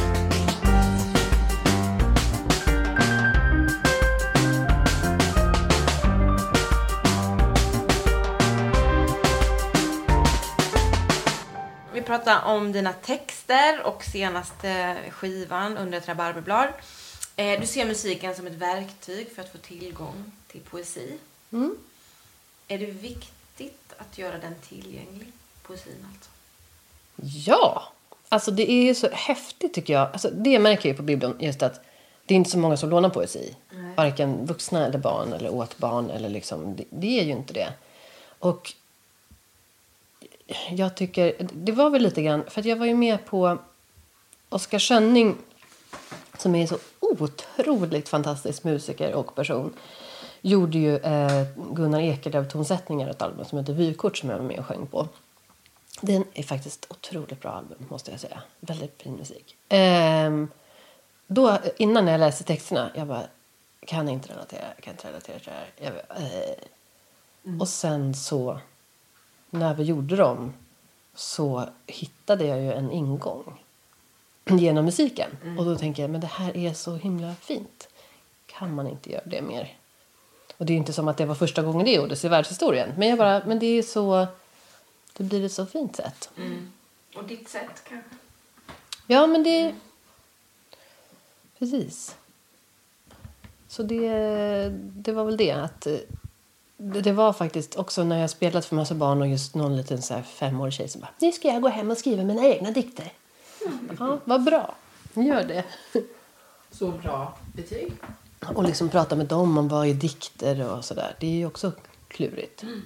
Vi pratar om dina texter och senaste skivan under ett rabarberblad. Eh, du ser musiken som ett verktyg för att få tillgång till poesi. Mm. Är det viktigt att göra den tillgänglig, poesin alltså? Ja, alltså det är så häftigt tycker jag. Alltså det märker jag på Bibeln just att det är inte så många som lånar poesi. Nej. Varken vuxna eller barn eller åt barn. Eller liksom, det, det är ju inte det. Och jag tycker, det var väl lite grann, för att jag var ju med på Oskar Schönning som är så otroligt fantastisk musiker och person. Gjorde ju eh, Gunnar Ekelöf-tonsättningar, ett album som heter Vykort som jag var med och sjöng på. Den är faktiskt otroligt bra album, måste jag säga. Väldigt fin musik. Ehm, då, innan jag läste texterna, jag bara, kan jag inte relatera, kan inte relatera till det här. Jag bara, eh. mm. Och sen så, när vi gjorde dem, så hittade jag ju en ingång genom musiken. Mm. Och då tänker jag, men det här är så himla fint. Kan man inte göra det mer? Och det är ju inte som att det var första gången det gjordes i världshistorien. Men jag bara, men det är så... Det blir ett så fint sätt. Mm. Och ditt sätt kanske? Ja, men det... Mm. Precis. Så det, det var väl det. Att det, det var faktiskt också när jag spelat för massa barn och just någon liten så här femårig tjej som bara, nu ska jag gå hem och skriva mina egna dikter. Mm. Ja, vad bra. Gör det. Så bra betyg. Och liksom prata med dem om vad är dikter och sådär. Det är ju också klurigt. Mm.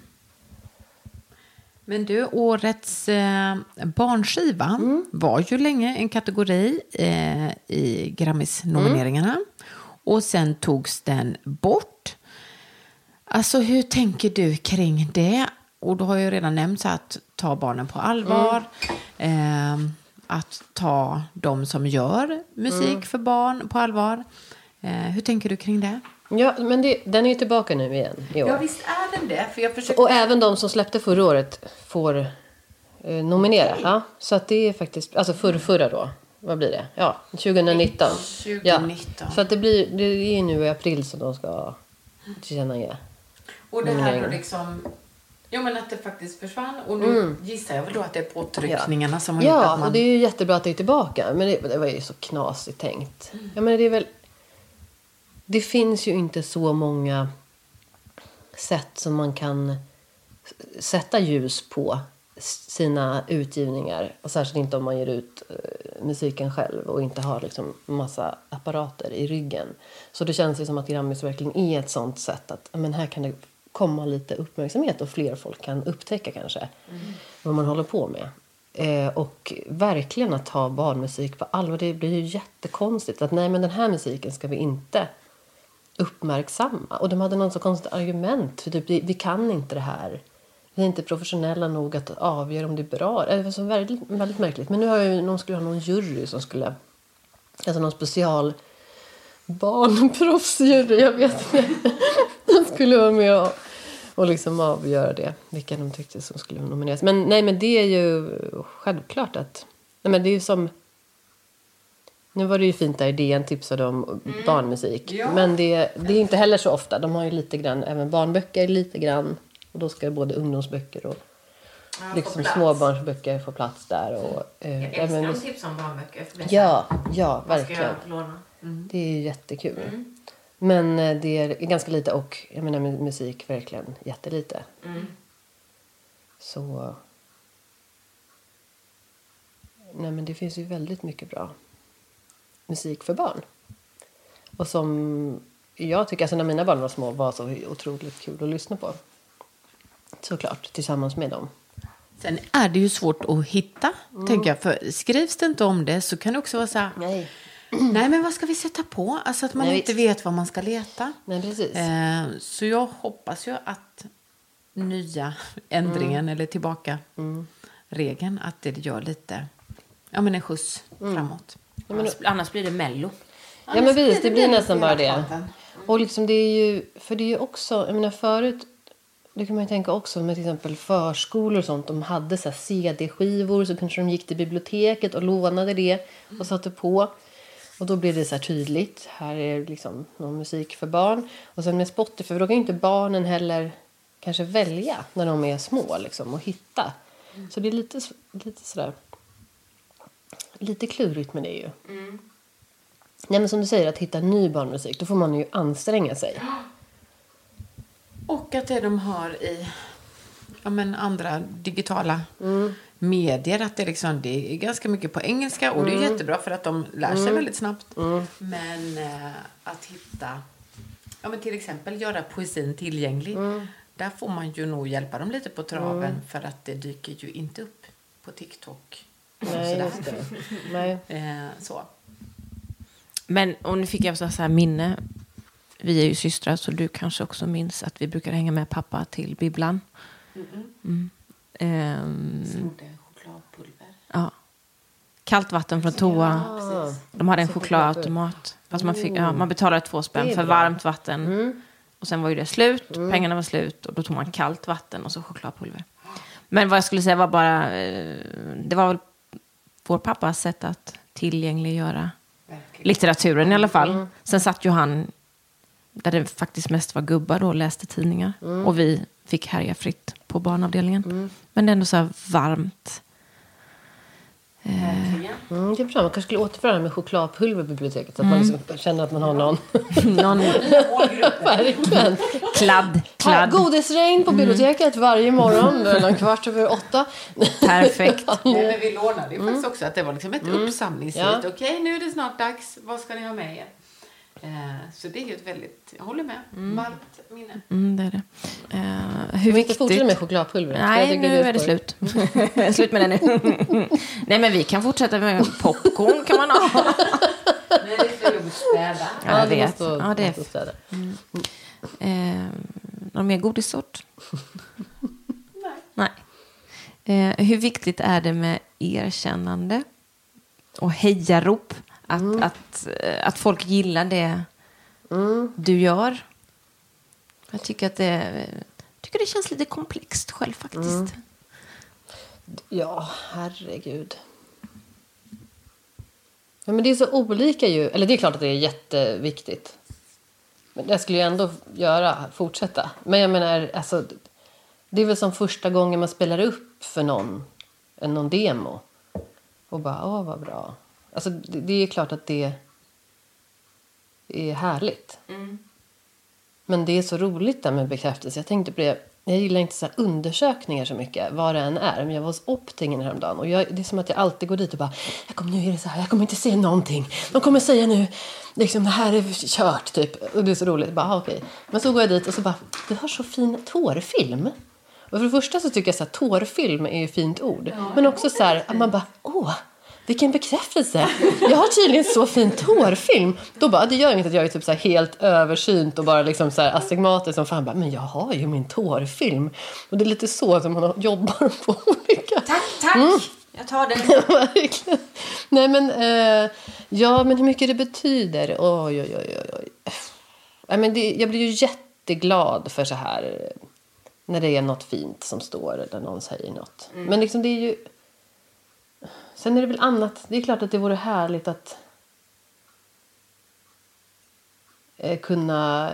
Men du, årets eh, barnskiva mm. var ju länge en kategori eh, i Grammis-nomineringarna. Mm. Och sen togs den bort. Alltså hur tänker du kring det? Och då har jag ju redan nämnt så att ta barnen på allvar. Mm. Eh, att ta de som gör musik mm. för barn på allvar. Eh, hur tänker du kring det? Ja, men det, den är ju tillbaka nu igen i år. Ja, visst är den det. För jag försökte... Och även de som släppte förra året får eh, nominera. Okay. Ja, så att det är faktiskt, alltså förra, förra då. Vad blir det? Ja, tjugonitton. tjugonitton. Ja, så att det blir, det är nu i april som de ska tillkännage. Och det här då liksom... Jo, men att det faktiskt försvann. Och nu mm. gissar jag väl då att det är påtryckningarna ja. som har ja, gjort att man... och det är ju jättebra att det är tillbaka. Men det, det var ju så knasigt tänkt. Mm. Ja, men det är väl... Det finns ju inte så många sätt som man kan sätta ljus på sina utgivningar. Och särskilt inte om man ger ut uh, musiken själv och inte har liksom massa apparater i ryggen. Så det känns ju som att Grammis verkligen är ett sånt sätt att men här kan det komma lite uppmärksamhet och fler folk kan upptäcka kanske mm. vad man håller på med. Eh, och verkligen att ta barnmusik på allvar, det blir ju jättekonstigt att nej men den här musiken ska vi inte uppmärksamma. Och de hade någon så konstigt argument för typ, vi, vi kan inte det här. Vi är inte professionella nog att avgöra om det är bra. Det var så väldigt, väldigt märkligt. Men nu har jag ju, någon skulle ha någon jury som skulle, alltså någon special barnproffsjury, jag vet inte. De skulle vara med och, och liksom avgöra det, vilka de tyckte som skulle nomineras. Men nej, men det är ju självklart att, nej men det är ju som, nu var det ju fint där idén tipsade om mm. barnmusik. Ja. Men det, det är inte heller så ofta. De har ju lite grann, även barnböcker lite grann. Och då ska både ungdomsböcker och ja, liksom småbarnsböcker få plats där. Och, eh, jag älskar även, tips om barnböcker. Ja, ja, verkligen. Ska jag låna? Mm. Det är ju jättekul. Mm. Men det är ganska lite och jag menar med musik verkligen jättelite. Mm. Så nej men det finns ju väldigt mycket bra musik för barn. Och som jag tycker, alltså när mina barn var små var så otroligt kul att lyssna på. Såklart, tillsammans med dem. Sen är det ju svårt att hitta, mm. tänker jag. För skrivs det inte om det så kan det också vara så här, nej. Nej, men vad ska vi sätta på? Alltså att man nej, inte visst. vet vad man ska leta. Nej, precis. Eh, så jag hoppas ju att nya ändringen mm. eller tillbaka mm. regeln, att det gör lite, ja men en skjuts mm. framåt. Ja, men annars, annars blir det mello. Ja, men visst, det blir nästan bara det. Och liksom det är ju, för det är ju också, jag menar förut, det kan man ju tänka också med till exempel förskolor och sånt. De hade så här C D-skivor så kanske de gick till biblioteket och lånade det och satte på. Och då blev det så här tydligt. Här är liksom någon musik för barn. Och sen med Spotify, för då kan ju inte barnen heller kanske välja när de är små liksom och hitta. Mm. Så det är lite, lite sådär, lite klurigt med det ju. Mm. Nej, men som du säger, att hitta ny barnmusik, då får man ju anstränga sig. Och att det de har i ja, men andra digitala mm. medier, att det, liksom, det är ganska mycket på engelska. Och mm. det är jättebra för att de lär sig mm. väldigt snabbt. Mm. Men eh, att hitta, ja, men till exempel göra poesin tillgänglig. Mm. Där får man ju nog hjälpa dem lite på traven. Mm. För att det dyker ju inte upp på TikTok. Nej, just det. Nej. Eh, så. Men och nu fick jag så här minne. Vi är ju systrar, så du kanske också minns att vi brukar hänga med pappa till bibblan. Mm. Ehm, Snodde chokladpulver. Ja. Kallt vatten från toa. Ja, de hade en chokladautomat. Fast man, fick, ja, man betalade två spänn för bra. Varmt vatten. Mm. Och sen var ju det slut. Mm. Pengarna var slut. Och då tog man kallt vatten och så chokladpulver. Men vad jag skulle säga var bara... Det var väl vår pappas sätt att tillgängliggöra verkligen. Litteraturen i alla fall. Mm. Sen satt ju han... Där det faktiskt mest var gubbar då och läste tidningar. Mm. Och vi fick härja fritt på barnavdelningen. Mm. Men det är ändå så här varmt. Eh. Mm, det är bra. Man kanske skulle återföra det med chokladpulver på biblioteket. Så att mm. man liksom känner att man har någon... någon... Verkligen. Kladd. Kladd. Godisregn på biblioteket mm. varje morgon. Mellan kvart över åtta. Perfekt. Nej, men vi lånade ju mm. faktiskt också att det var liksom ett mm. uppsamlingshit. Ja. Okej, okay, nu är det snart dags. Vad ska ni ha med er? Så det är ju ett väldigt, jag håller med, mm. varmt minne. Mm, det är det. Uh, hur vi inte fortsätta med chokladpulver? Nej, nu är det slut. Slut med det nu. Nej, men vi kan fortsätta med popcorn kan man ha. Nej, det är för att städa. Ja, jag vet. Måste, ja, det är måste städa. Mm. Uh, någon mer godissort? Nej. Nej. Uh, hur viktigt är det med erkännande och hejarop? Att, mm. att, att folk gillar det mm. du gör. Jag tycker att det, tycker det känns lite komplext själv faktiskt. Mm. Ja, herregud. Ja, men det är så olika ju. Eller det är klart att det är jätteviktigt. Men jag skulle ju ändå göra, fortsätta. Men jag menar, alltså, det är väl som första gången man spelar upp för någon, någon demo. Och bara, åh vad bra. Alltså, det, det är klart att det är härligt. Mm. Men det är så roligt där med bekräftelse. Jag tänkte på det. Jag gillar inte så här undersökningar så mycket. Vad det än är. Men jag var hos optingen häromdagen. Och jag, det är som att jag alltid går dit och bara. Jag kommer, nu är det så här. Jag kommer inte se någonting. De kommer säga nu. Liksom det här är kört typ. Och det är så roligt. Bara, ah, okej. Men så går jag dit och så bara. Du har så fin tårfilm. Och för det första så tycker jag så här. Tårfilm är ju fint ord. Ja. Men också så här. Att man bara. Åh. Vilken bekräftelse. Jag har tydligen så fin tårfilm. Då bara, det gör inget att jag är typ så här helt översynt och bara liksom så här astigmatisk som fan bara, men jag har ju min tårfilm. Och det är lite så som man jobbar på olika. Tack, tack. Mm. Jag tar den. Verkligen. Nej men, eh, ja men hur mycket det betyder. Oj, oj, oj, oj. Nej, men det, jag blir ju jätteglad för så här, när det är något fint som står eller någon säger något. Mm. Men liksom det är ju, sen är det väl annat. Det är klart att det vore härligt att eh, kunna...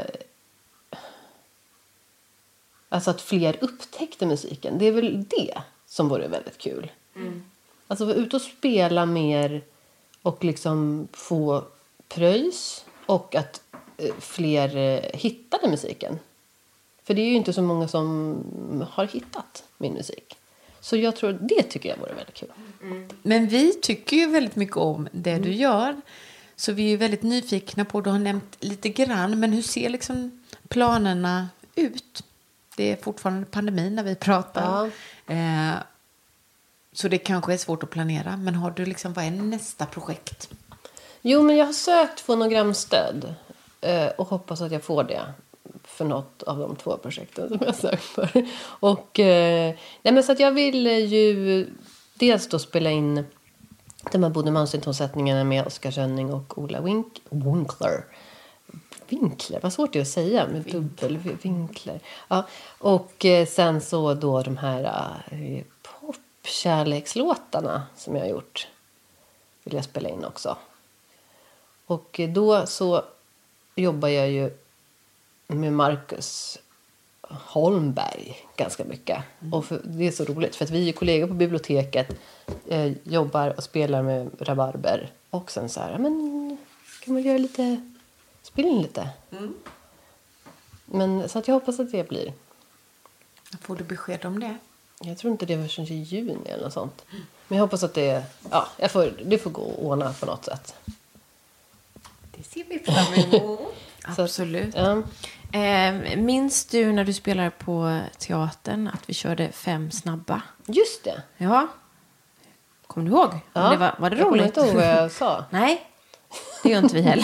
Alltså att fler upptäckte musiken. Det är väl det som vore väldigt kul. Mm. Alltså vara ute och spela mer och liksom få pröjs. Och att eh, fler eh, hittade musiken. För det är ju inte så många som har hittat min musik. Så jag tror, det tycker jag vore väldigt kul. Mm. Men vi tycker ju väldigt mycket om det mm. du gör. Så vi är ju väldigt nyfikna på, du har nämnt lite grann. Men hur ser liksom planerna ut? Det är fortfarande pandemin när vi pratar. Ja. Eh, så det kanske är svårt att planera. Men har du liksom, vad är nästa projekt? Jo, men jag har sökt fonogramstöd. Eh, och hoppas att jag får det. För något av de två projekten som jag sökt för. Och, eh, nej men så att jag vill ju dels då spela in de här Bodil Malmsten-tonsättningarna med Oskar Schönning och Ola Wink, Winkler. Winkler, vad svårt det är att säga med dubbel vinkler. Ja, och eh, sen så då de här eh, popkärlekslåtarna som jag har gjort vill jag spela in också. Och eh, då så jobbar jag ju med Marcus Holmberg ganska mycket. Mm. Och för, det är så roligt för att vi är kollegor på biblioteket, eh, jobbar och spelar med rabarber och sen så här, men kan man göra lite, spela in lite. Mm. Men så att jag hoppas att det blir. Får du besked om det? Jag tror inte det var förrän i juni eller något sånt. Men jag hoppas att det, ja, jag får, det får gå och ordna på något sätt. Det ser vi fram emot. Absolut. Ja. Eh, minns du när du spelade på teatern att vi körde fem snabba? Just det. Ja. Kommer du ihåg? Ja. Det var, var det jag kommer roligt? inte ihåg vad jag sa. Nej, det gör inte vi heller.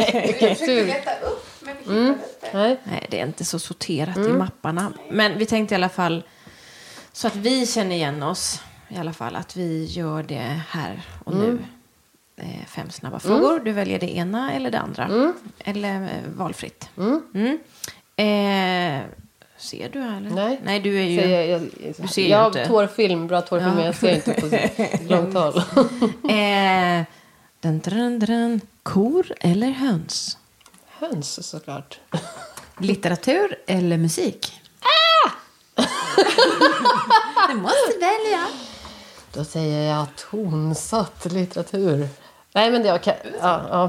Mm. Nej. Nej, det är inte så sorterat mm. i mapparna. Men vi tänkte i alla fall, så att vi känner igen oss i alla fall, att vi gör det här och mm. nu. Eh, fem snabba frågor. Mm. Du väljer det ena eller det andra. Mm. Eller eh, valfritt. Mm. Mm. Eh, ser du eller? Nej. Nej, du är ju... Så jag, jag, du ser jag ju inte. har tårfilm, bra tårfilm, Ja. jag ser inte på långt håll. eh, dun, dun, dun, kor eller höns? Höns såklart. Litteratur eller musik? Ah! Du måste välja. Då säger jag tonsatt litteratur. Nej, men det jag kan... Ja, ja.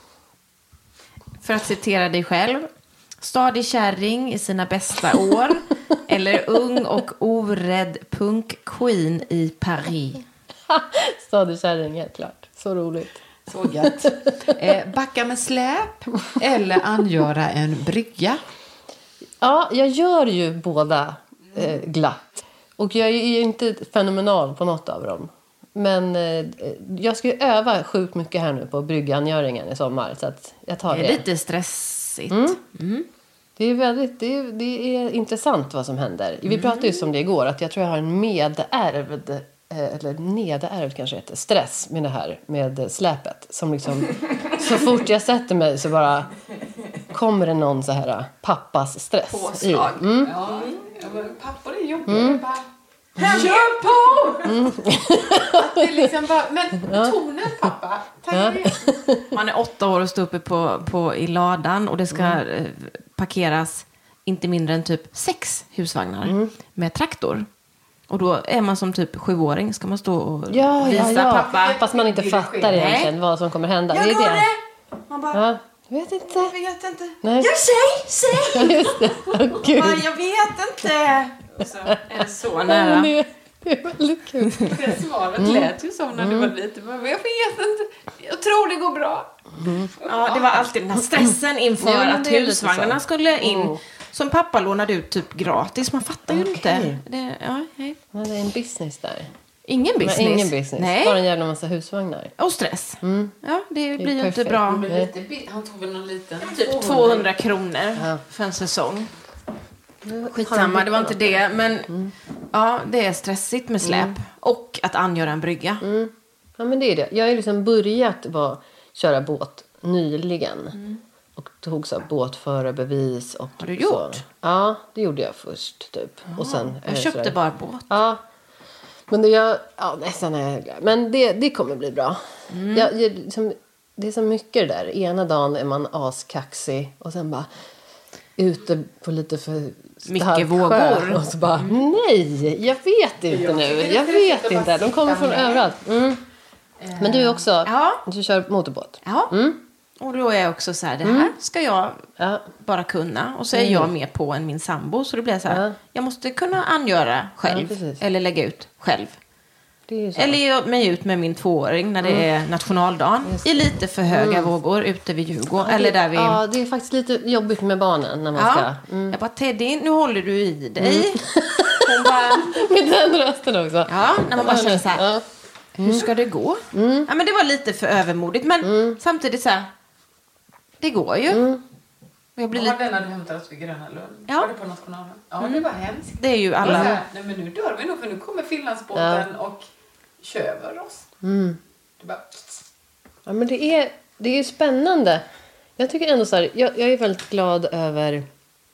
För att citera dig själv. Stadig kärring i sina bästa år. Eller ung och orädd punk-queen i Paris. Stadig kärring, helt klart. Så roligt. Så gött. Eh, backa med släp eller angöra en brygga? Ja, jag gör ju båda eh, glatt. Och jag är ju inte fenomenal på något av dem. Men eh, jag ska ju öva sjukt mycket här nu på bryggangöringen i sommar. Så att jag tar det. Det är lite stressigt. Mm. Mm. Det är väldigt det är, det är intressant vad som händer. Vi pratade ju om det igår. Att jag tror jag har en medärvd, eh, eller nedärvd kanske heter, stress med det här. Med släpet. Som liksom, så fort jag sätter mig så bara kommer det någon så här pappas stress. Påslag. I. Mm. Ja, men pappor är jobbiga. Mm. Bara, kör på! Mm. Att det liksom bara, men tonen pappa. Tack Ja. Man är åtta år och står uppe på, på, i ladan. Och det ska mm. eh, parkeras inte mindre än typ sex husvagnar mm. med traktor. Och då är man som typ sjuåring. Ska man stå och ja, visa ja, ja. pappa. Fast man inte fattar egentligen vad som kommer hända. Jag det är går det. det! Man bara, Ja. Jag vet inte. jag vet inte. Nej. Jag säg, säg! Ja, just det. Åh, gud. Man, jag vet inte. Och så är det så Ja, nära. det, det är väldigt kul. Det svaret lät ju så när du var lite. Men jag vet inte. Jag tror det går bra. Mm. Ja, det var alltid den här stressen inför Ja, men att det är lite husvagnarna så. skulle in. Mm. Som pappa lånade ut typ gratis. Man fattar ju Okej. inte. Det, ja, nej. Men det är en business där. Ingen business. Men ingen business. Nej. Bara en jävla massa husvagnar. Och stress. Mm. Ja, det är blir ju inte perfekt. bra. Nej. Han tog väl någon liten. Typ tvåhundra kronor Ja. för en säsong. Skitsamma, det var inte det. Men Mm. ja, det är stressigt med släp. Och att angöra en brygga. Mm. Ja, men det är det. Jag har ju liksom börjat var, köra båt nyligen. Mm. Och tog så här båtförarbevis. Och Har du så. gjort? Ja, det gjorde jag först typ. Och sen, Jag eh, köpte sådär. bara båt. Ja. Men det jag, ja, nästan är jag glad. Men det, det kommer bli bra. Mm. Jag, jag, liksom, det är så mycket det där. Ena dagen är man askaxig. Och sen bara ute på lite för Mycket stark vågor. sjö. Och så bara, nej, jag vet inte nu. Jag vet inte. De kommer från överallt. Mm. Men du är också, Ja. du kör motorbåt. Ja. Mm. Och då är jag också så här, det här ska jag Ja. bara kunna. Och så är jag med på än min sambo. Så det blir så här, Ja. jag måste kunna angöra själv. Ja, precis. eller lägga ut själv. Det är ju så. Eller ge mig ut med min tvååring när det är nationaldagen. Just I lite för höga vågor ute vid Djurgården. Ja, eller det- där vi... Ja, det är faktiskt lite jobbigt med barnen när man Ja. ska. Mm. Jag bara, Teddy, nu håller du i dig. Hon bara, Med den rösten också. ja, när man bara känner så här, Ja. hur ska det gå? Ja, men det var lite för övermodigt. Men samtidigt så här, det går ju. Och jag blir Var lite, det när du hämtade oss vid Gröna Lund? Ja. Var det på nationalen? Ja, det var hemskt. det är ju Så alla... här, nej men nu dör vi nog för nu kommer Finlandsbåten och kör över oss. Mm. Det bara... Ja, men det är, det är spännande. Jag tycker ändå så här, jag, jag är väldigt glad över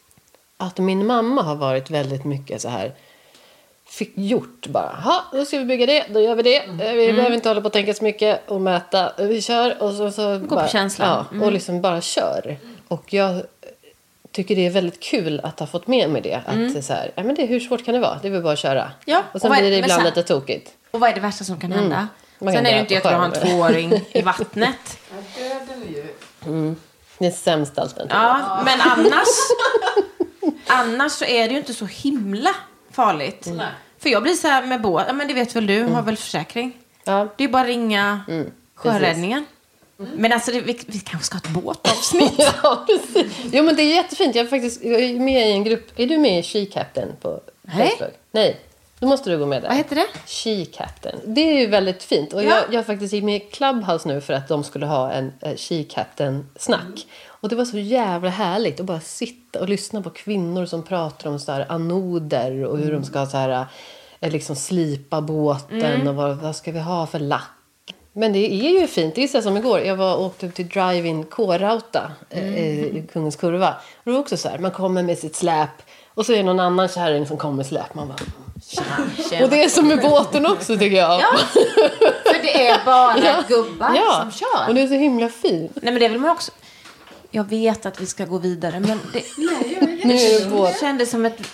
att min mamma har varit väldigt mycket så här, fick gjort bara. Ja, då ska vi bygga det, då gör vi det. Eh, Vi behöver inte hålla på att tänka så mycket och mäta. Vi kör och så, så på bara, känslan. Ja, och liksom bara kör. Och jag tycker det är väldigt kul att ha fått med mig det. Att så här, ja, men det, hur svårt kan det vara? Det är väl bara att köra. Ja, Och sen och vad är- blir det men ibland sen- lite tokigt. Och vad är det värsta som kan hända? Man Sen kan är det dö inte på att jag har en sjön. tvååring i vattnet. Ja, döden är ju Mm. Det är sämst alternativ. Ja, men annars annars så är det ju inte så himla farligt. Mm. För jag blir så här med båt. Ja, men det vet väl du, mm. har väl försäkring. Ja. Det är bara ringa mm. sjöräddningen. Mm. Men alltså, det, vi, vi kanske ska ha ett båtavsnitt. Ja, precis. Jo, men det är jättefint. Jag är faktiskt jag är med i en grupp. Är du med i She Captain på Facebook? Nej. Nej. Då måste du gå med där. Vad heter det? She Captain. Det är ju väldigt fint. Och ja. jag, jag faktiskt gick med i Clubhouse nu för att de skulle ha en uh, She Captain-snack. Mm. Och det var så jävla härligt att bara sitta och lyssna på kvinnor som pratar om så här anoder och hur mm. de ska så här, liksom slipa båten mm. och vad, vad ska vi ha för lack. Men det är ju fint. Det är så som igår. Jag var och åkte upp till Drive-In K-Rauta mm. eh, i Kungens Kurva. Och det var också så här, man kommer med sitt släp och så är det någon annan kärring som kommer med släp. Man bara, tjena. Och det är som med båten också, tycker jag. Ja, för det är bara ja. gubbar ja. som kör. Och det är så himla fint. Nej, men det vill man också. Jag vet att vi ska gå vidare, men det, nej, jag, jag, nu är det båt. Kändes som ett...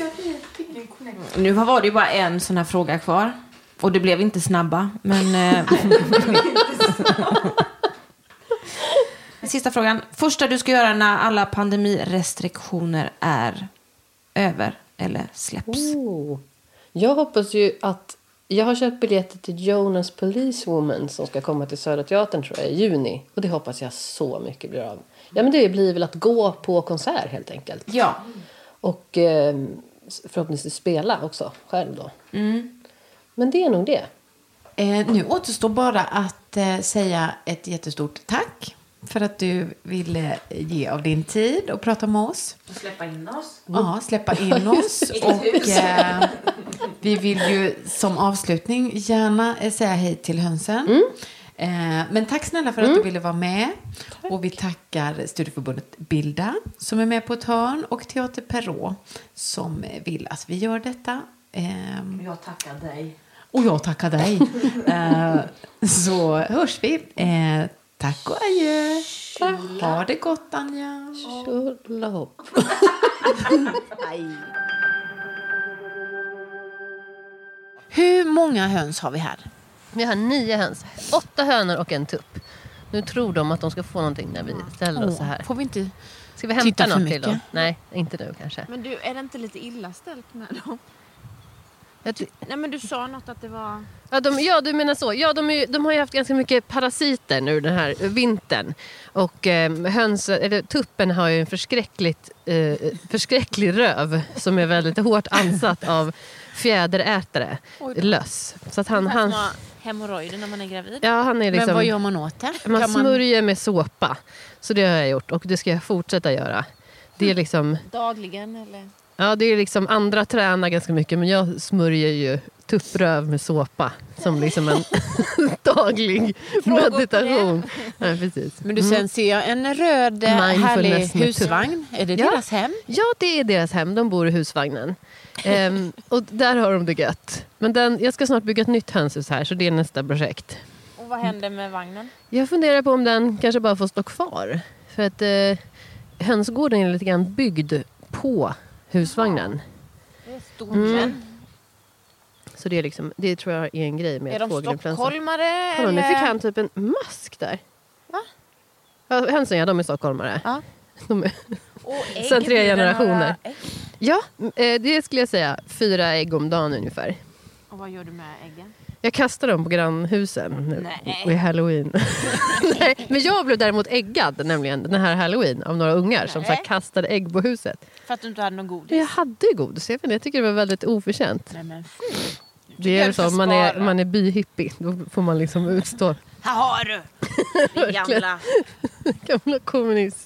Nu var det ju bara en sån här fråga kvar. Och det blev inte snabba, men... Sista frågan. Första du ska göra när alla pandemirestriktioner är över eller släpps? Oh. Jag hoppas ju att... Jag har köpt biljetter till Jonas Policewoman som ska komma till Södra Teatern, tror jag, i juni. Och det hoppas jag så mycket blir av. Ja, men det blir väl att gå på konsert, helt enkelt. Ja. Och eh, förhoppningsvis spela också, själv då. Mm. Men det är nog det. Eh, nu återstår bara att eh, säga ett jättestort tack för att du ville ge av din tid och prata med oss. Och släppa in oss. Ja, släppa in oss. och eh, vi vill ju som avslutning gärna eh, säga hej till hönsen. Mm. Eh, men tack snälla för att mm. du ville vara med. Tack. Och vi tackar Studieförbundet Bilda som är med på ett hörn och Teater Perå som vill att vi gör detta. Eh, jag tackar dig. Och jag tackar dig. eh, så hörs vi. Eh, tack och adjö. Ha det gott, Anja. Tjurlopp. Hur många höns har vi här? Vi har nio höns. Åtta hönor och en tupp. Nu tror de att de ska få någonting när vi ställer oss så här. Får vi inte Ska vi hämta något till dem? Nej, inte nu kanske. Men du, är det inte lite illa ställt med dem? Ty- Nej, men du sa något att det var... Ja, de, ja du menar så. Ja, de, är, de har ju haft ganska mycket parasiter nu den här vintern. Och eh, höns, eller, tuppen har ju en förskräckligt, eh, förskräcklig röv som är väldigt hårt ansatt av fjäderätare, löss. Så att han... han hemorrojder när man är gravid. Ja, han är liksom, men vad gör man åt det? Man kan smörjer man... med såpa. Så det har jag gjort och det ska jag fortsätta göra. Det är liksom... Dagligen eller... Ja, det är liksom andra tränar ganska mycket, men jag smörjer ju tuppröv med såpa som liksom en daglig meditation. Ja, precis. Men du, sen ser jag en röd härlig husvagn. Är det ja. deras hem? Ja, det är deras hem. De bor i husvagnen. um, och där har de det gött. Men den, jag ska snart bygga ett nytt hönshus här, så det är nästa projekt. Och vad händer med vagnen? Jag funderar på om den kanske bara får stå kvar. För att uh, hönsgården är lite grann byggd på husvagnen. Det är stort. Mm. Så det är liksom, det tror jag är en grej med är de fågelinfluensa. Stockholmare? Kolla, nu fick han typ en mask där. Va? Ja, hönsen, ja, de är stockholmare. Ja. De är och ägg, sen tre generationer. Ja, det skulle jag säga. Fyra ägg om dagen ungefär. Och vad gör du med äggen? Jag kastar dem på grannhusen nu. Nej. Och i Halloween. Nej, men jag blev däremot äggad nämligen den här Halloween av några ungar. Nej. Som så här, kastade ägg på huset. För att du inte hade någon godis? Jag hade ju godis. Jag, jag tycker det var väldigt oförtjänt. Nej, men det är så, man är, man är byhippie. Då får man liksom utstå. Här har du! Din gamla... gamla kommunist.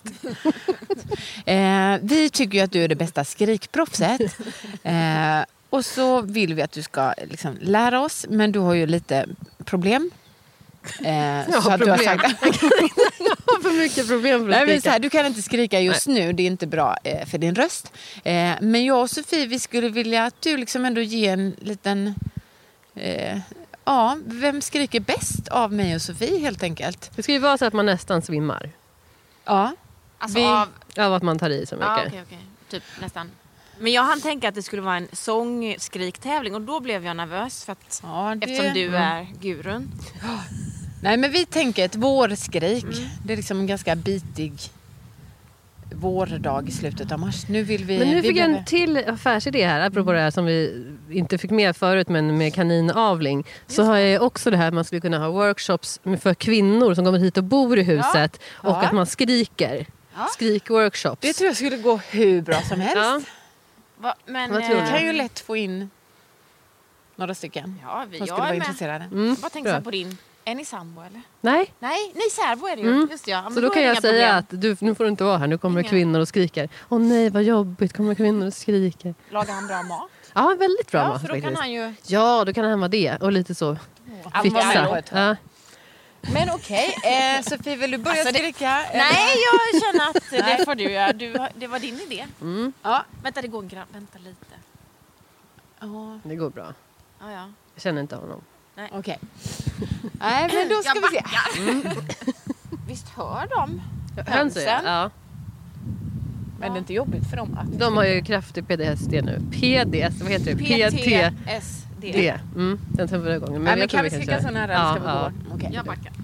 eh, vi tycker ju att du är det bästa skrikproffset. Eh, och så vill vi att du ska liksom lära oss. Men du har ju lite problem. Eh, jag så har att problem. Du har sagt... jag har för mycket problem för att Nej, men skrika. så här, du kan inte skrika just Nej. nu. Det är inte bra eh, för din röst. Eh, men jag och Sofie, vi skulle vilja att du liksom ändå ger en liten... Eh, ja, vem skriker bäst av mig och Sofie helt enkelt? Det ska ju vara så att man nästan svimmar. Ja. Alltså vi... av... av att man tar i så mycket. Ja, okej, okej. Typ nästan. Men jag hann tänka att det skulle vara en sångskriktävling och då blev jag nervös för att ja, det... eftersom du är gurun. Nej, men vi tänker ett vårskrik. Mm. Det är liksom en ganska bitig vårdag i slutet av mars. Nu vill vi... Men nu vi fick jag behöver... en till affärsidé här, apropå det här som vi inte fick med förut, men med kaninavling. Så har jag också det här att man skulle kunna ha workshops för kvinnor som kommer hit och bor i huset. Ja. Och Ja. att man skriker. Ja. Skrik-workshops. Det tror jag skulle gå hur bra som helst. Ja. Va, men, Vad tror Vi du? kan ju lätt få in några stycken Ja, vi, som jag skulle vara är med. intresserade. Mm, Jag bara tänkte bra. så här på din. Är ni sambo eller? Nej, Nej, nej särbo är det ju. Mm. Just det, ja. Men så då är kan det jag inga säga problem. att du, nu får du inte vara här. Nu kommer Inga. kvinnor och skriker. Åh nej, vad jobbigt. Kommer kvinnor och skriker. Lagar han bra mat? Ja, väldigt bra Ja, mat för då faktiskt. kan han ju... Ja, då kan han vara det. Och lite så Han var med fixa. på ett tag. Ja. Men okej, eh, Sofie, vill du börja Alltså, det- skrika? Nej, jag känner att det får du göra. Du, har- det var din idé. Mm, Ja. Vänta, det går en grabb. Vänta lite. Ja, det går bra. Ja, ja. Jag känner inte honom. okej. Nej, men då ska Jag vi se. Visst hör de? Hönsen? Ja. Men det är inte jobbigt för dem att... De har ju kraftig P D S D nu. P D S, vad heter det? P T S D. D. Mm, den tar förra gången. Men, Nej, men jag tror kan vi kan skrika köra. så nära Ja, ska vi ja. gå? Okej. Jag backar.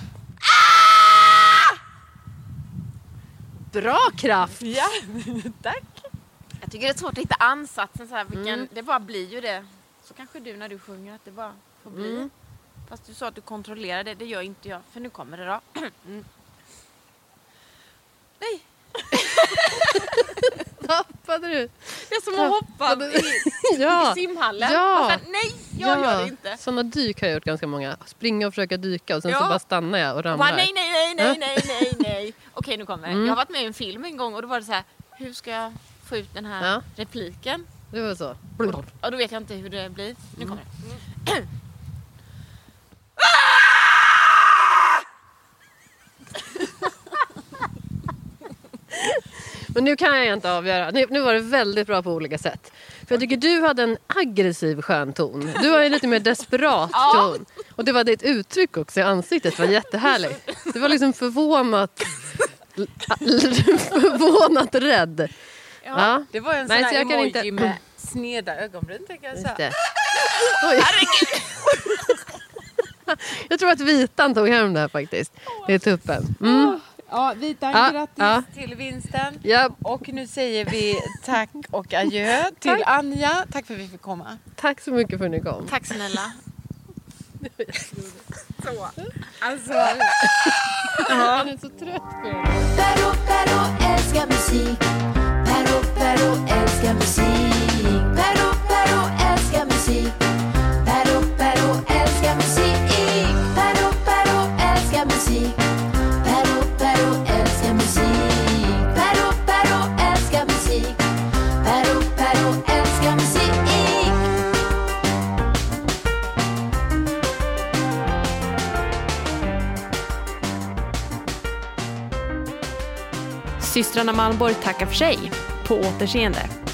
Bra kraft! Ja, tack. Jag tycker det är svårt att hitta ansatsen. Så här, vilken, Mm. Det bara blir ju det. Så kanske du när du sjunger att det bara får bli. Mm. Fast du sa att du kontrollerar det. Det gör inte jag. För nu kommer det då. Mm. Nej, Tappade du? det är som att hoppa i, Ja. i simhallen. Ja. Och sen, nej, jag gör det inte. Sådana dyk har jag gjort ganska många. Springa och försöka dyka och sen Ja. så bara stannar jag och Och ramlar. bara, nej, nej, nej, nej, Ja. nej, nej, nej. Okej, nu kommer det. Mm. Jag har varit med i en film en gång och då var det så här, hur ska jag få ut den här Ja. repliken? Det var så. Och då vet jag inte hur det blir. Nu kommer det. Men nu kan jag inte avgöra. Nu, nu var det väldigt bra på olika sätt. För jag tycker du hade en aggressiv skön ton. Du har en lite mer desperat ton. Och det var ditt uttryck också i ansiktet. Det var jättehärligt. Det var liksom förvånat... förvånat rädd. Ja, det var en sån Nej, så här jag kan emoji inte- med sneda ögonbryn, tänker jag Just säga. det. Oj. Jag tror att Vitan tog hem det här faktiskt. Det är tuppen. Mm. Ja, Vitan, Ja, grattis ja. till vinsten. Ja, Och nu säger vi tack och adjö till Tack. Anja. Tack för att vi fick komma. tack så mycket för att ni kom. Tack snälla. Alltså, Han är så trött på det. Perro, Perro älskar musik. Perro, Perro älskar musik. Perro, Perro älskar musik. Perro, Perro älskar musik. Perro, Perro älskar musik. Perro, Perro älskar musik. Perro, Perro älskar musik. Perro, Perro älskar musik. Systrarna Malmborg tackar för sig. På återseende.